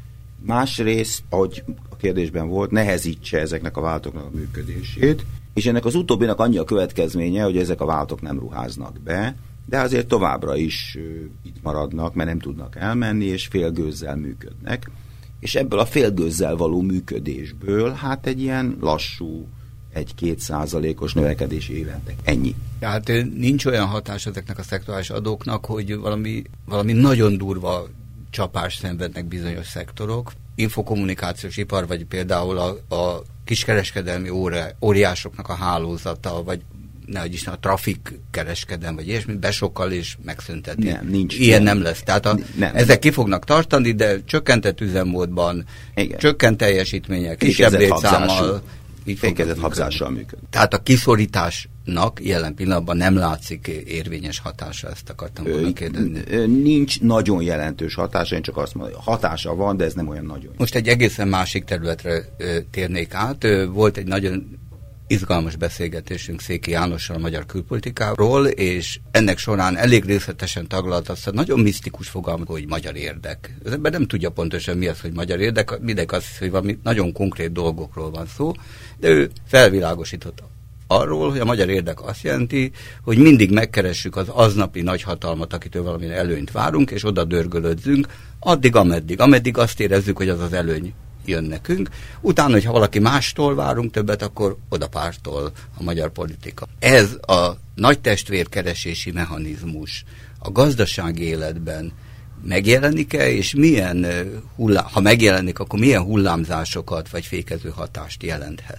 másrészt, ahogy a kérdésben volt, nehezítse ezeknek a vállalatoknak a működését, és ennek az utóbbinak annyi a következménye, hogy ezek a vállalatok nem ruháznak be, de azért továbbra is itt maradnak, mert nem tudnak elmenni, és félgőzzel működnek. És ebből a félgőzzel való működésből hát egy ilyen lassú, egy-két százalékos növekedés évente. Ennyi. Tehát nincs olyan hatás ezeknek a szektorális adóknak, hogy valami, valami nagyon durva csapást szenvednek bizonyos szektorok. Infokommunikációs ipar, vagy például a, a kiskereskedelmi óriásoknak a hálózata, vagy nehogy Isten, a trafik kereskedelem, vagy ilyesmi, besokkal és megszünteti. Nem, nincs. Ilyen nem, nem lesz. Tehát a, nem, ezek ki fognak tartani, de csökkentett üzemmódban, igen, csökkent teljesítmények, kisebb létszámmal, fékezett habzással működik. Tehát a kiszorításnak jelen pillanatban nem látszik érvényes hatása, ezt akartam volna kérdezni. Nincs nagyon jelentős hatása, én csak azt mondom, hatása van, de ez nem olyan nagyon. Most egy egészen másik területre ö, térnék át. Ö, volt egy nagyon izgalmas beszélgetésünk Székely Jánossal a magyar külpolitikáról, és ennek során elég részletesen taglalt azt a nagyon misztikus fogalmat, hogy magyar érdek. Az ember nem tudja pontosan mi az, hogy magyar érdek, mindenki azt hiszi, hogy valami nagyon konkrét dolgokról van szó, de ő felvilágosította arról, hogy a magyar érdek azt jelenti, hogy mindig megkeressük az aznapi nagyhatalmat, akitől valamilyen előnyt várunk, és oda dörgölödzünk, addig, ameddig. Ameddig azt érezzük, hogy az az előny jön nekünk. Utána, hogyha valaki mástól várunk többet, akkor oda pártol a magyar politika. Ez a nagy testvérkeresési mechanizmus a gazdasági életben megjelenik-e, és milyen hullám, ha megjelenik, akkor milyen hullámzásokat vagy fékező hatást jelenthet?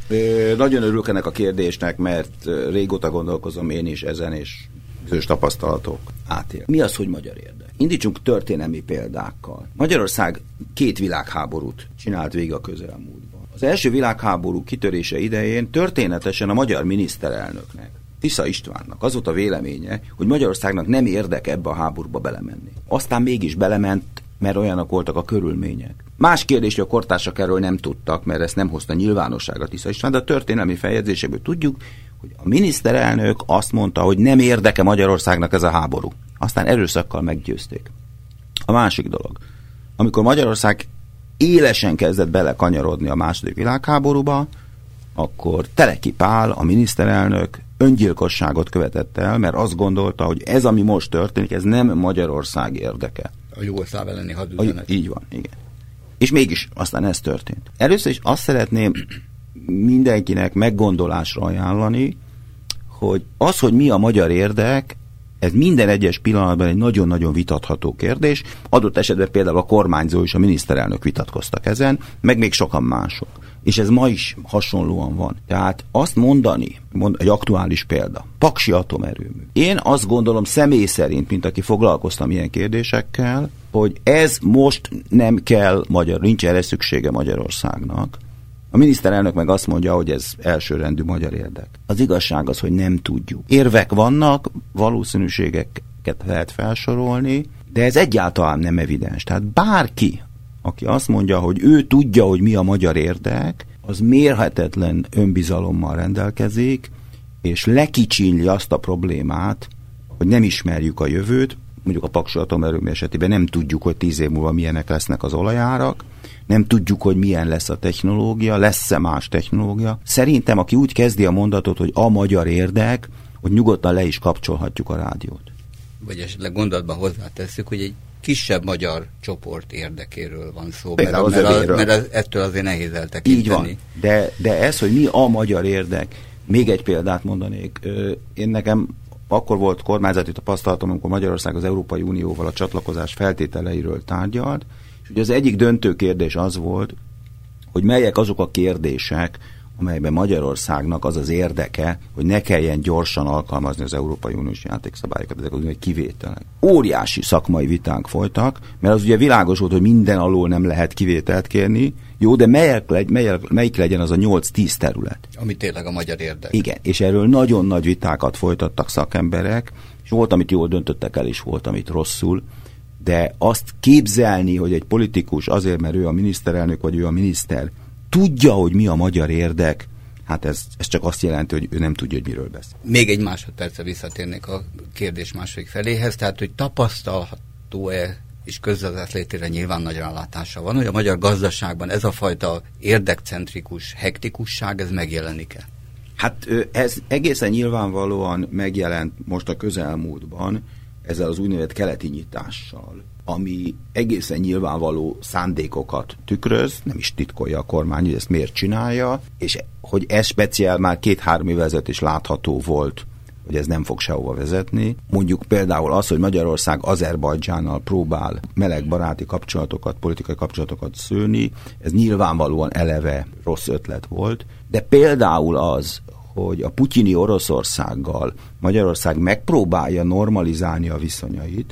Nagyon örülök ennek a kérdésnek, mert régóta gondolkozom én is ezen, és közös tapasztalatok átél. Mi az, hogy magyar érdek? Indítsunk történelmi példákkal. Magyarország két világháborút csinált végig a közelmúltban. Az első világháború kitörése idején történetesen a magyar miniszterelnöknek, Tisza Istvánnak az volt a véleménye, hogy Magyarországnak nem érdeke ebbe a háborúba belemenni. Aztán mégis belement, mert olyanok voltak a körülmények. Más kérdés, hogy a kortársak erről nem tudtak, mert ezt nem hozta nyilvánosságra Tisza István, de a történelmi feljegyzésekből tudjuk, hogy a miniszterelnök azt mondta, hogy nem érdeke Magyarországnak ez a háború. Aztán erőszakkal meggyőzték. A másik dolog, amikor Magyarország élesen kezdett belekanyarodni a második világháborúba, akkor Teleki Pál, a miniszterelnök öngyilkosságot követett el, mert azt gondolta, hogy ez, ami most történik, ez nem Magyarország érdeke. A jugoszláv elleni hadüzenet. Így van, igen. És mégis aztán ez történt. Először is azt szeretném mindenkinek meggondolásra ajánlani, hogy az, hogy mi a magyar érdek, ez minden egyes pillanatban egy nagyon-nagyon vitatható kérdés. Adott esetben például a kormányzó és a miniszterelnök vitatkoztak ezen, meg még sokan mások. És ez ma is hasonlóan van. Tehát azt mondani, mond, egy aktuális példa, Paksi atomerőmű. Én azt gondolom személy szerint, mint aki foglalkoztam ilyen kérdésekkel, hogy ez most nem kell, magyar, nincs erre szüksége Magyarországnak. A miniszterelnök meg azt mondja, hogy ez elsőrendű magyar érdek. Az igazság az, hogy nem tudjuk. Érvek vannak, valószínűségeket lehet felsorolni, de ez egyáltalán nem evidens. Tehát bárki, aki azt mondja, hogy ő tudja, hogy mi a magyar érdek, az mérhetetlen önbizalommal rendelkezik, és lekicsinli azt a problémát, hogy nem ismerjük a jövőt, mondjuk a Paksi atomerőmű esetében nem tudjuk, hogy tíz év múlva milyenek lesznek az olajárak, nem tudjuk, hogy milyen lesz a technológia, lesz-e más technológia. Szerintem, aki úgy kezdi a mondatot, hogy a magyar érdek, hogy nyugodtan le is kapcsolhatjuk a rádiót. Vagy esetleg gondolatban hozzátesszük, hogy egy kisebb magyar csoport érdekéről van szó, mert, a, mert, a, mert az, ettől azért nehéz eltekinteni. Így van, de, de ez, hogy mi a magyar érdek, még egy példát mondanék. Én nekem akkor volt kormányzati tapasztalatom, amikor Magyarország az Európai Unióval a csatlakozás feltételeiről tárgyalt, és ugye az egyik döntő kérdés az volt, hogy melyek azok a kérdések, amelyben Magyarországnak az az érdeke, hogy ne kelljen gyorsan alkalmazni az Európai Uniós játékszabályokat, ezek az úgynevezett kivételek. Óriási szakmai vitánk folytak, mert az ugye világos volt, hogy minden alól nem lehet kivételt kérni, jó, de melyik, melyik, melyik legyen az a nyolc-tíz terület? Ami tényleg a magyar érdek. Igen, és erről nagyon nagy vitákat folytattak szakemberek, és volt, amit jól döntöttek el, és volt, amit rosszul, de azt képzelni, hogy egy politikus azért, mert ő a miniszterelnök, vagy ő a miniszter, tudja, hogy mi a magyar érdek, hát ez, ez csak azt jelenti, hogy ő nem tudja, hogy miről beszél. Még egy másodpercre visszatérnék a kérdés második feléhez, tehát, hogy tapasztalható-e, és közvezetett létére nyilván nagy rálátása van, hogy a magyar gazdaságban ez a fajta érdekcentrikus hektikusság, ez megjelenik-e? Hát ez egészen nyilvánvalóan megjelent most a közelmúltban, ezzel az úgynevezett keleti nyitással, ami egészen nyilvánvaló szándékokat tükröz, nem is titkolja a kormány, hogy ezt miért csinálja, és hogy ez speciál már két-három évvel ezelőtt is látható volt, hogy ez nem fog sehova vezetni. Mondjuk például az, hogy Magyarország Azerbajdzsánnal próbál meleg baráti kapcsolatokat, politikai kapcsolatokat szőni, ez nyilvánvalóan eleve rossz ötlet volt, de például az, hogy a putyini Oroszországgal Magyarország megpróbálja normalizálni a viszonyait,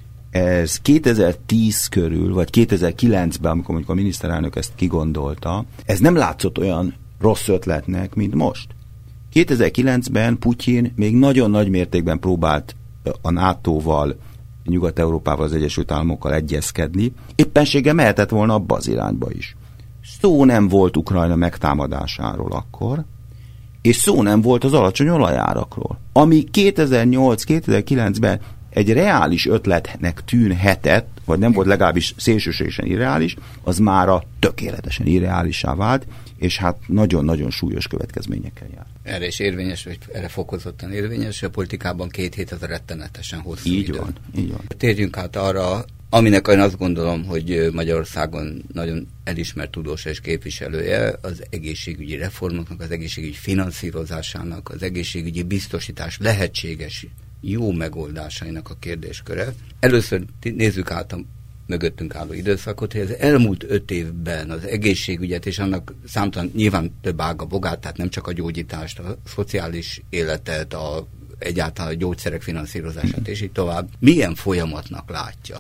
ez kétezer-tíz körül, vagy kétezer-kilencben, amikor mondjuk a miniszterelnök ezt kigondolta, ez nem látszott olyan rossz ötletnek, mint most. kétezer-kilencben Putyin még nagyon nagy mértékben próbált a nátóval, Nyugat-Európával, az Egyesült Államokkal egyezkedni, éppenséggel mehetett volna abba az irányba is. Szó nem volt Ukrajna megtámadásáról akkor, és szó nem volt az alacsony olajárakról. Ami kétezer-nyolc-kétezer-kilencben egy reális ötletnek tűnhetett, vagy nem volt legalábbis szélsőségesen irreális, az mára tökéletesen irreálissá vált, és hát nagyon-nagyon súlyos következményekkel jár. Erre is érvényes, vagy erre fokozottan érvényes, hogy a politikában két hét az rettenetesen hosszú így idő. Van, így van. Térjünk át arra, aminek én azt gondolom, hogy Magyarországon nagyon elismert tudósa és képviselője az egészségügyi reformoknak, az egészségügyi finanszírozásának, az egészségügyi biztosítás lehetséges jó megoldásainak a kérdésköre. Először nézzük át a mögöttünk álló időszakot, hogy az elmúlt öt évben az egészségügyet és annak számtalan nyilván több ága bogát, tehát nem csak a gyógyítást, a szociális életet, a egyáltalán a gyógyszerek finanszírozását, és így tovább. Milyen folyamatnak látja?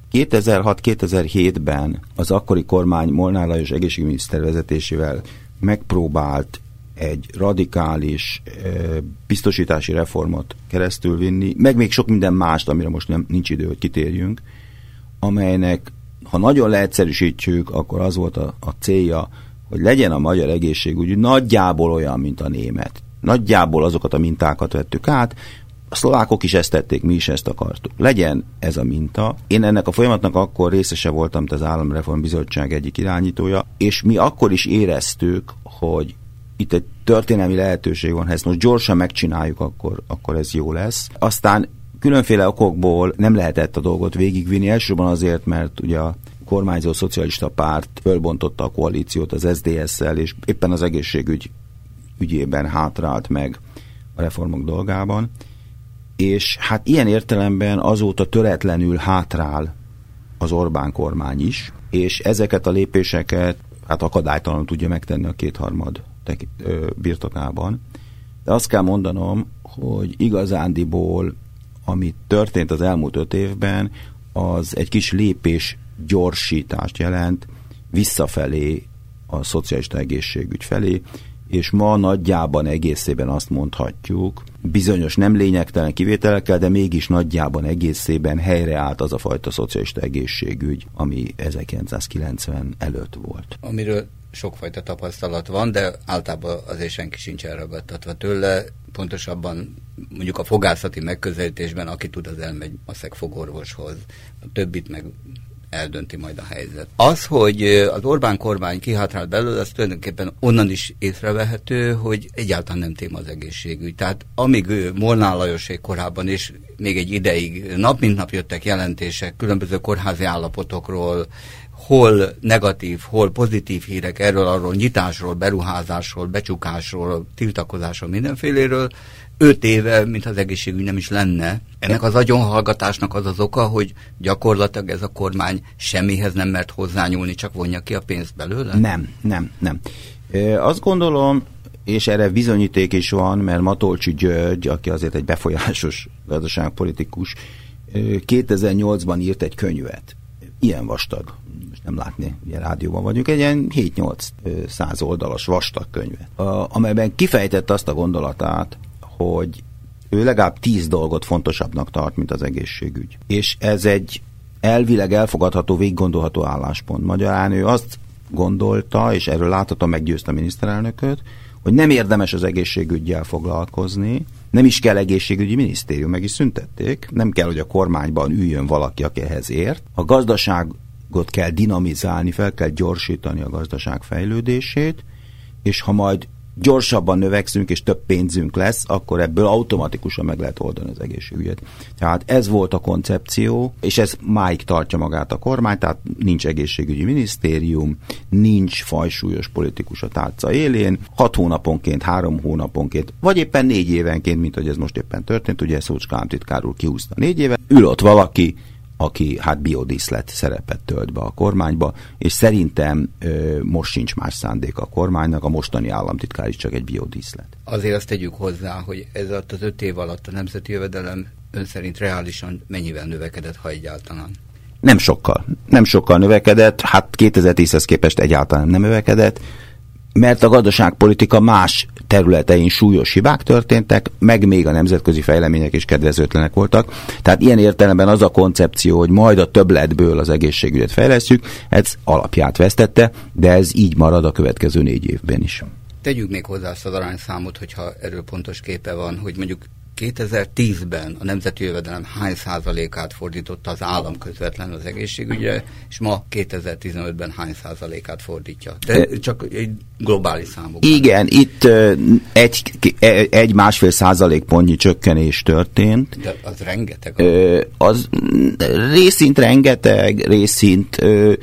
kétezer-hat-kétezer-hétben az akkori kormány Molnár Lajos egészségügyminiszter vezetésével megpróbált egy radikális biztosítási reformot keresztül vinni, meg még sok minden mást, amire most nem, nincs idő, hogy kitérjünk, amelynek, ha nagyon leegyszerűsítjük, akkor az volt a, a célja, hogy legyen a magyar egészségügy nagyjából olyan, mint a német. Nagyjából azokat a mintákat vettük át, a szlovákok is ezt tették, mi is ezt akartuk. Legyen ez a minta. Én ennek a folyamatnak akkor részese voltam, az Államreform Bizottság egyik irányítója, és mi akkor is éreztük, hogy itt egy történelmi lehetőség van, ha ezt most gyorsan megcsináljuk, akkor, akkor ez jó lesz. Aztán különféle okokból nem lehetett a dolgot végigvinni, elsősorban azért, mert ugye a kormányzó szocialista párt fölbontotta a koalíciót az es zé dé es-szel, és éppen az egészségügy ügyében hátrált meg a reformok dolgában, és hát ilyen értelemben azóta töretlenül hátrál az Orbán kormány is, és ezeket a lépéseket hát akadálytalanul tudja megtenni a kétharmad birtokában. De azt kell mondanom, hogy igazándiból, ami történt az elmúlt öt évben, az egy kis lépés gyorsítást jelent visszafelé a szocialista egészségügy felé, és ma nagyjában egészében azt mondhatjuk, bizonyos nem lényegtelen kivételekkel, de mégis nagyjában egészében helyreállt az a fajta szocialista egészségügy, ami ezerkilencszázkilencven előtt volt. Amiről sokfajta tapasztalat van, de általában azért senki sincs elragadtatva tőle. Pontosabban mondjuk a fogászati megközelítésben, aki tud, az elmegy a szegfogorvoshoz. A többit meg eldönti majd a helyzet. Az, hogy az Orbán kormány kihátrált belőle, az tulajdonképpen onnan is észrevehető, hogy egyáltalán nem téma az egészségügy. Tehát amíg ő Molnár Lajosék korábban is még egy ideig nap mint nap jöttek jelentések különböző kórházi állapotokról, hol negatív, hol pozitív hírek erről, arról, nyitásról, beruházásról, becsukásról, tiltakozásról, mindenféléről, öt éve, mint az egészségügy nem is lenne. Ennek az agyonhallgatásnak az az oka, hogy gyakorlatilag ez a kormány semmihez nem mert hozzányúlni, csak vonja ki a pénzt belőle? Nem, nem, nem. E, azt gondolom, és erre bizonyíték is van, mert Matolcsy György, aki azért egy befolyásos gazdaságpolitikus, kétezer-nyolcban írt egy könyvet. Ilyen vastag, most nem látni, ilyen rádióban vagyunk, egy ilyen hét-nyolc száz oldalas vastag könyvet, amelyben kifejtette azt a gondolatát, hogy ő legalább tíz dolgot fontosabbnak tart, mint az egészségügy. És ez egy elvileg elfogadható, végiggondolható álláspont. Magyarán ő azt gondolta, és erről láthatóan meggyőzte a miniszterelnököt, hogy nem érdemes az egészségüggyel foglalkozni, nem is kell egészségügyi minisztérium, meg is szüntették, nem kell, hogy a kormányban üljön valaki, aki ehhez ért. A gazdaságot kell dinamizálni, fel kell gyorsítani a gazdaság fejlődését, és ha majd gyorsabban növekszünk, és több pénzünk lesz, akkor ebből automatikusan meg lehet oldani az egészségügyet. Tehát ez volt a koncepció, és ez máig tartja magát a kormány, tehát nincs egészségügyi minisztérium, nincs fajsúlyos politikus a tálca élén, hat hónaponként, három hónaponként, vagy éppen négy évenként, mint hogy ez most éppen történt, ugye Szócska államtitkár úr kihúzta négy éve, ül ott valaki, aki hát biodíszlet szerepet tölt be a kormányba, és szerintem ö, most sincs más szándék a kormánynak, a mostani államtitkár is csak egy biodíszlet. Azért azt tegyük hozzá, hogy ez alatt az öt év alatt a nemzeti jövedelem ön szerint reálisan mennyivel növekedett, ha egyáltalán? Nem sokkal. Nem sokkal növekedett, hát kétezer-tízhez képest egyáltalán nem növekedett, mert a gazdaságpolitika más területein súlyos hibák történtek, meg még a nemzetközi fejlemények is kedvezőtlenek voltak. Tehát ilyen értelemben az a koncepció, hogy majd a többletből az egészségügyet fejlesztjük, ez alapját vesztette, de ez így marad a következő négy évben is. Tegyük még hozzá azt az arányszámot, hogyha erről pontos képe van, hogy mondjuk kétezer-tízben a nemzeti jövedelem hány százalékát fordította az állam közvetlenül az egészségügyre, és ma kétezer-tizenötben hány százalékát fordítja. De csak egy globális számok. Igen, itt egy, egy másfél százalékpontnyi csökkenés történt. De az rengeteg. Az részint rengeteg, részint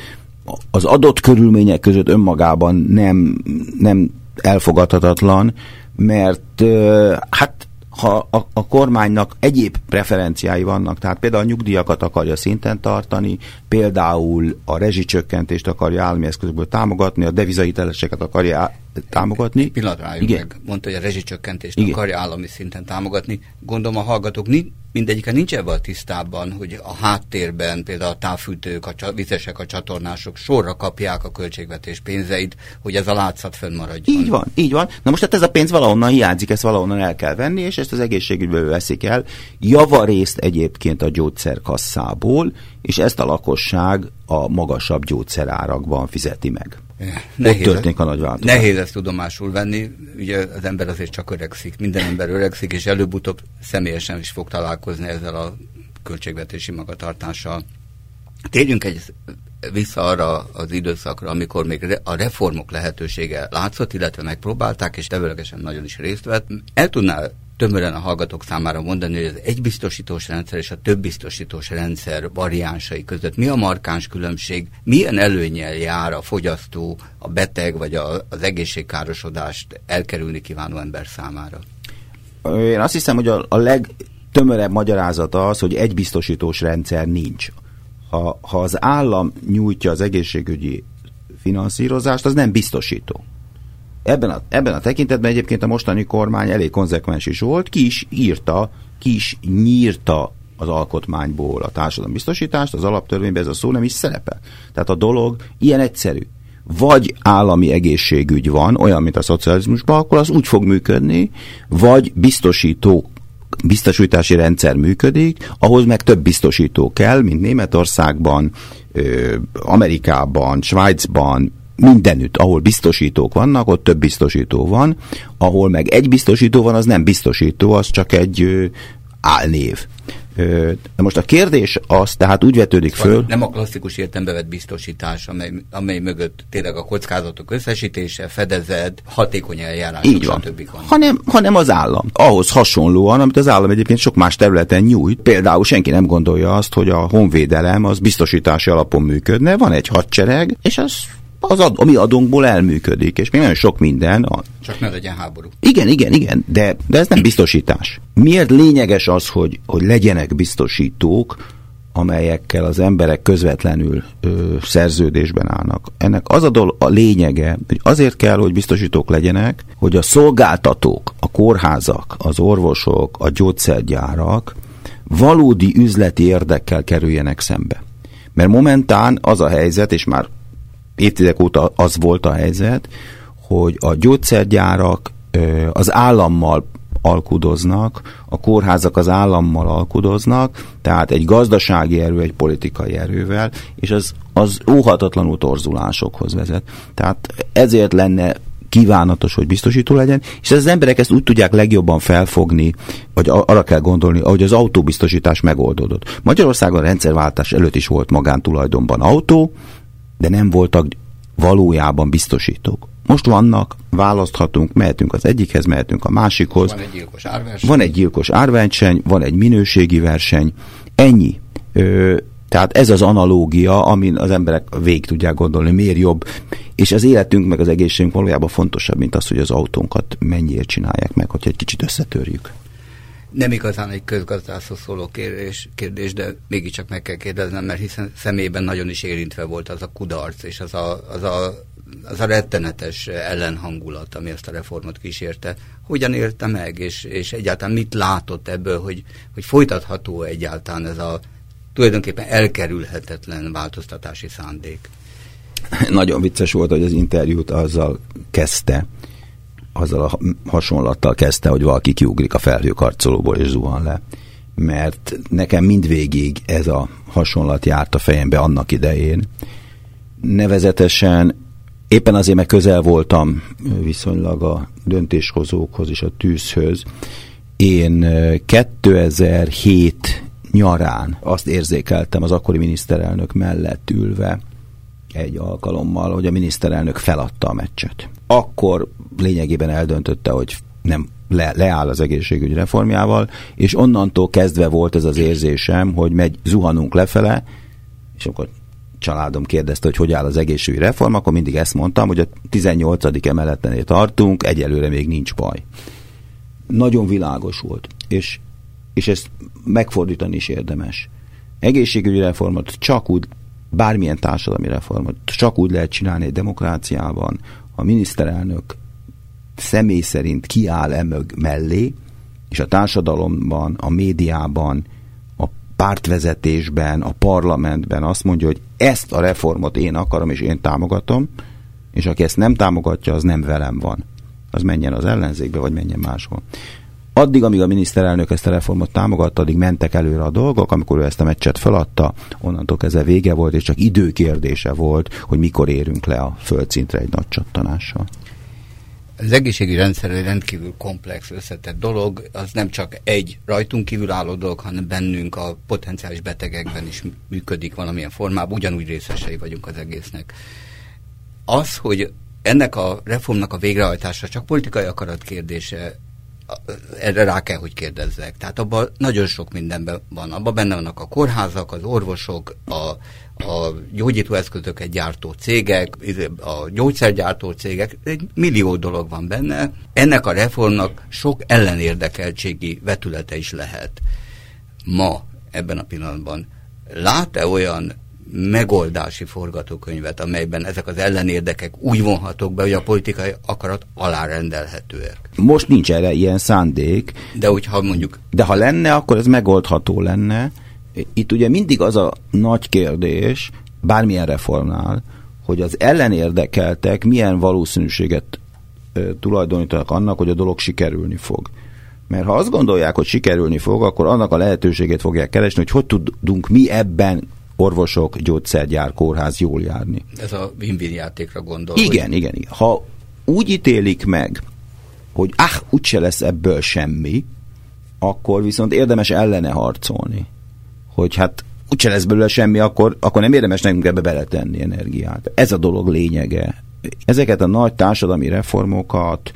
az adott körülmények között önmagában nem, nem elfogadhatatlan, mert hát ha a, a kormánynak egyéb preferenciái vannak, tehát például a nyugdíjakat akarja szinten tartani, például a rezsicsökkentést akarja állami eszközökből támogatni, a devizahiteleseket akarja á- támogatni. Egy pillanatra álljunk meg. Mondta, hogy a rezsicsökkentést Igen. akarja állami szinten támogatni. Gondolom a hallgatók mindegyike nincs ebben tisztában, hogy a háttérben például a távfűtők, a vizesek, a csatornások sorra kapják a költségvetés pénzeit, hogy ez a látszat fönnmaradjon. Így van, így van. Na most hát ez a pénz valahonnan hiányzik, ezt valahonnan el kell venni, és ezt az egészségügyből veszik el. Javarészt egyébként a gyógyszerkasszából, és ezt a lakosság a magasabb gyógyszerárakban fizeti meg. Nehéz, Ott történik a nagy változás. Nehéz ezt tudomásul venni, ugye az ember azért csak öregszik, minden ember öregszik, és előbb-utóbb személyesen is fog találkozni ezzel a költségvetési magatartással. Térjünk egy vissza arra az időszakra, amikor még a reformok lehetősége látszott, illetve megpróbálták, és tevőlegesen nagyon is részt vett. El tudnál tömören a hallgatók számára mondani, hogy az egybiztosítós rendszer és a többbiztosítós rendszer variánsai között mi a markáns különbség, milyen előnnyel jár a fogyasztó, a beteg vagy a, az egészségkárosodást elkerülni kívánó ember számára? Én azt hiszem, hogy a, a legtömörebb magyarázata az, hogy egy biztosítós rendszer nincs. Ha, ha az állam nyújtja az egészségügyi finanszírozást, az nem biztosító. Ebben a, ebben a tekintetben egyébként a mostani kormány elég konzekvens is volt, ki is írta, ki is nyírta az alkotmányból a társadalombiztosítást, az alaptörvényben ez a szó nem is szerepel. Tehát a dolog ilyen egyszerű. Vagy állami egészségügy van, olyan, mint a szocializmusban, akkor az úgy fog működni, vagy biztosító, biztosítási rendszer működik, ahhoz meg több biztosító kell, mint Németországban, Amerikában, Svájcban, mindenütt, ahol biztosítók vannak, ott több biztosító van, ahol meg egy biztosító van, az nem biztosító, az csak egy ö, álnév. Ö, de most a kérdés az, tehát úgy vetődik föl... Nem a klasszikus értelembe vett biztosítás, amely, amely mögött tényleg a kockázatok összesítése, fedezet, hatékony eljárások, így van. stb. Van. Hanem, hanem az állam. Ahhoz hasonlóan, amit az állam egyébként sok más területen nyújt. Például senki nem gondolja azt, hogy a honvédelem az biztosítási alapon működne. Van egy hadsereg, és az az ad, a mi adónkból elműködik, és még nagyon sok minden. A... Csak ne legyen háború. Igen, igen, igen, de, de ez nem biztosítás. Miért lényeges az, hogy, hogy legyenek biztosítók, amelyekkel az emberek közvetlenül ö, szerződésben állnak? Ennek az a, dol- a lényege, hogy azért kell, hogy biztosítók legyenek, hogy a szolgáltatók, a kórházak, az orvosok, a gyógyszergyárak valódi üzleti érdekkel kerüljenek szembe. Mert momentán az a helyzet, és már évtizedek óta az volt a helyzet, hogy a gyógyszergyárak az állammal alkudoznak, a kórházak az állammal alkudoznak, tehát egy gazdasági erő, egy politikai erővel, és az, az óhatatlanul torzulásokhoz vezet. Tehát ezért lenne kívánatos, hogy biztosító legyen, és az emberek ezt úgy tudják legjobban felfogni, vagy arra kell gondolni, ahogy az autóbiztosítás megoldódott. Magyarországon a rendszerváltás előtt is volt magántulajdonban autó, de nem voltak valójában biztosítók. Most vannak, választhatunk, mehetünk az egyikhez, mehetünk a másikhoz. Van egy gyilkos árverseny. Van egy gyilkos árverseny, van egy minőségi verseny. Ennyi. Ö, tehát ez az analógia, amin az emberek végig tudják gondolni, miért jobb. És az életünk meg az egészségünk valójában fontosabb, mint az, hogy az autónkat mennyiért csinálják meg, hogyha egy kicsit összetörjük. Nem igazán egy közgazdászhoz szóló kérdés, kérdés, de mégiscsak meg kell kérdeznem, mert hiszen személyben nagyon is érintve volt az a kudarc, és az a, az a, az a rettenetes ellenhangulat, ami ezt a reformot kísérte. Hogyan érte meg, és, és egyáltalán mit látott ebből, hogy, hogy folytatható egyáltalán ez a tulajdonképpen elkerülhetetlen változtatási szándék? Nagyon vicces volt, hogy az interjút azzal kezdte, azzal a hasonlattal kezdte, hogy valaki kiugrik a felhőkarcolóból és zuhan le. Mert nekem mindvégig ez a hasonlat járt a fejembe annak idején. Nevezetesen éppen azért, mert közel voltam viszonylag a döntéshozókhoz és a tűzhöz. Én kétezer-hét nyarán azt érzékeltem az akkori miniszterelnök mellett ülve egy alkalommal, hogy a miniszterelnök feladta a meccset. Akkor lényegében eldöntötte, hogy nem le, leáll az egészségügy reformjával, és onnantól kezdve volt ez az érzésem, hogy megy, zuhanunk lefele, és akkor családom kérdezte, hogy hogy áll az egészségügyi reform, akkor mindig ezt mondtam, hogy a tizennyolcadik emeletinél tartunk, egyelőre még nincs baj. Nagyon világos volt, és, és ezt megfordítani is érdemes. Egészségügyi reformot csak úgy, bármilyen társadalmi reformot csak úgy lehet csinálni egy demokráciában, a miniszterelnök személy szerint kiáll emög mellé, és a társadalomban, a médiában, a pártvezetésben, a parlamentben azt mondja, hogy ezt a reformot én akarom, és én támogatom, és aki ezt nem támogatja, az nem velem van. Az menjen az ellenzékbe, vagy menjen máshol. Addig, amíg a miniszterelnök ezt a reformot támogatta, addig mentek előre a dolgok, amikor ő ezt a meccset feladta, onnantól kezdve vége volt, és csak időkérdése volt, hogy mikor érünk le a földszintre egy nagy csattanással. Az egészségügyi rendszer egy rendkívül komplex, összetett dolog, az nem csak egy rajtunk kívül álló dolog, hanem bennünk a potenciális betegekben is működik valamilyen formában, ugyanúgy részesei vagyunk az egésznek. Az, hogy ennek a reformnak a végrehajtása csak politikai akarat kérdése, erre rá kell, hogy kérdezzek. Tehát abban nagyon sok mindenben van. Abban benne vannak a kórházak, az orvosok, a, a gyógyítóeszközöket gyártó cégek, a gyógyszergyártó cégek, egy millió dolog van benne. Ennek a reformnak sok ellenérdekeltségi vetülete is lehet. Ma, ebben a pillanatban lát-e olyan megoldási forgatókönyvet, amelyben ezek az ellenérdekek úgy vonhatók be, hogy a politikai akarat alárendelhetőek? Most nincs erre ilyen szándék. De hogyha mondjuk... De ha lenne, akkor ez megoldható lenne. Itt ugye mindig az a nagy kérdés, bármilyen reformnál, hogy az ellenérdekeltek milyen valószínűséget ö, tulajdonítanak annak, hogy a dolog sikerülni fog. Mert ha azt gondolják, hogy sikerülni fog, akkor annak a lehetőségét fogják keresni, hogy hogy tudunk mi ebben orvosok, gyógyszergyár, kórház jól járni. Ez a win-win játékra gondol. Igen, hogy... igen, igen. Ha úgy ítélik meg, hogy ah, úgyse lesz ebből semmi, akkor viszont érdemes ellene harcolni. Hogy hát úgyse lesz belőle semmi, akkor, akkor nem érdemes nekünk ebbe beletenni energiát. Ez a dolog lényege. Ezeket a nagy társadalmi reformokat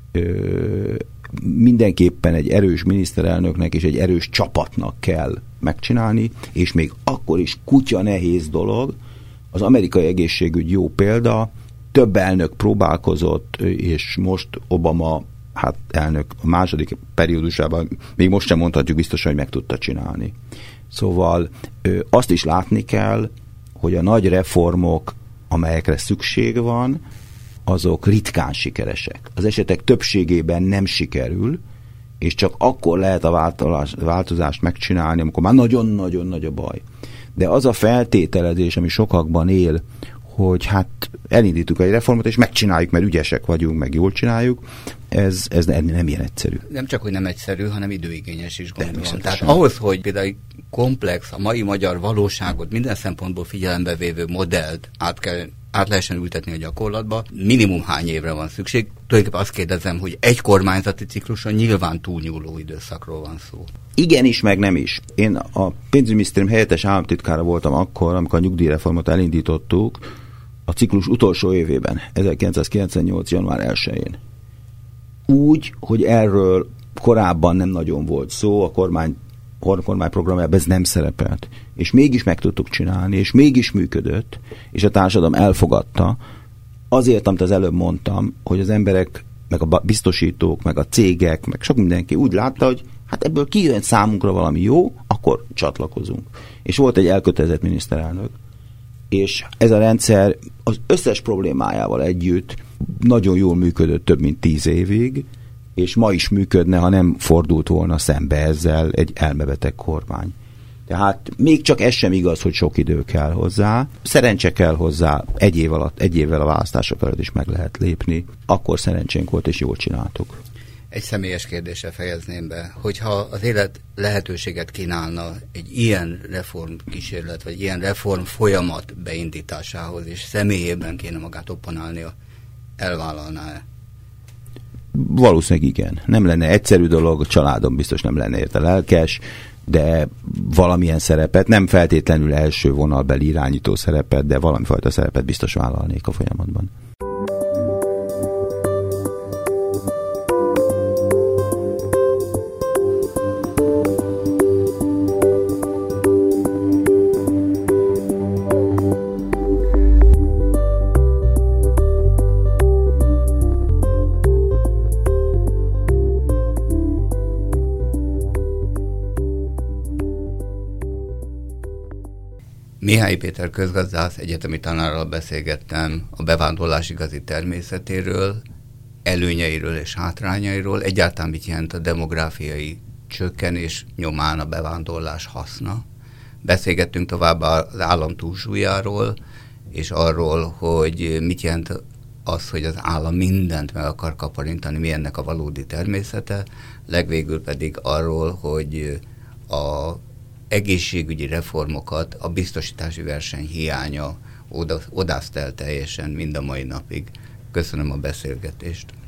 ö, mindenképpen egy erős miniszterelnöknek és egy erős csapatnak kell megcsinálni, és még akkor is kutya nehéz dolog. Az amerikai egészségügy jó példa, több elnök próbálkozott, és most Obama hát elnök a második periódusában még most sem mondhatjuk biztosan, hogy meg tudta csinálni. Szóval ö, azt is látni kell, hogy a nagy reformok, amelyekre szükség van, azok ritkán sikeresek. Az esetek többségében nem sikerül, és csak akkor lehet a változást megcsinálni, amikor már nagyon-nagyon nagy a baj. De az a feltételezés, ami sokakban él, hogy hát elindítjuk egy reformot, és megcsináljuk, mert ügyesek vagyunk, meg jól csináljuk, ez, ez nem ilyen egyszerű. Nem csak, hogy nem egyszerű, hanem időigényes is, gondolom. Tehát ahhoz, hogy például komplex, a mai magyar valóságot minden szempontból figyelembe vévő modellt át kell át lehessen ültetni a gyakorlatba, minimum hány évre van szükség. Tulajdonképpen azt kérdezem, hogy egy kormányzati cikluson nyilván túlnyúló időszakról van szó. Igen is, meg nem is. Én a pénzügyminisztérium helyettes államtitkára voltam akkor, amikor a nyugdíjreformot elindítottuk, a ciklus utolsó évében, ezerkilencszázkilencvennyolc. január elsején. Úgy, hogy erről korábban nem nagyon volt szó, a kormány kormányprogramjában ez nem szerepelt. És mégis meg tudtuk csinálni, és mégis működött, és a társadalom elfogadta. Azért, amit az előbb mondtam, hogy az emberek, meg a biztosítók, meg a cégek, meg sok mindenki úgy látta, hogy hát ebből kijön számunkra valami jó, akkor csatlakozunk. És volt egy elkötelezett miniszterelnök, és ez a rendszer az összes problémájával együtt nagyon jól működött több mint tíz évig, és ma is működne, ha nem fordult volna szembe ezzel egy elmebeteg kormány. Tehát még csak ez sem igaz, hogy sok idő kell hozzá. Szerencse kell hozzá, egy év alatt, egy évvel a választások előtt is meg lehet lépni. Akkor szerencsénk volt, és jól csináltuk. Egy személyes kérdéssel fejezném be, hogyha az élet lehetőséget kínálna egy ilyen reformkísérlet, vagy ilyen reform folyamat beindításához, és személyében kéne magát opponálnia, elvállalná-e? Valószínűleg igen. Nem lenne egyszerű dolog, a családom biztos nem lenne érte lelkes, de valamilyen szerepet, nem feltétlenül első vonalbeli irányító szerepet, de valamifajta szerepet biztos vállalnék a folyamatban. Mihály Péter közgazdász egyetemi tanárral beszélgettem a bevándorlás igazi természetéről, előnyeiről és hátrányairól, egyáltalán mit jelent a demográfiai csökkenés nyomán a bevándorlás haszna. Beszélgettünk továbbá az állam túlsúlyáról, és arról, hogy mit jelent az, hogy az állam mindent meg akar kaparintani, mi ennek a valódi természete, legvégül pedig arról, hogy a egészségügyi reformokat a biztosítási verseny hiánya odázta el teljesen mind a mai napig. Köszönöm a beszélgetést.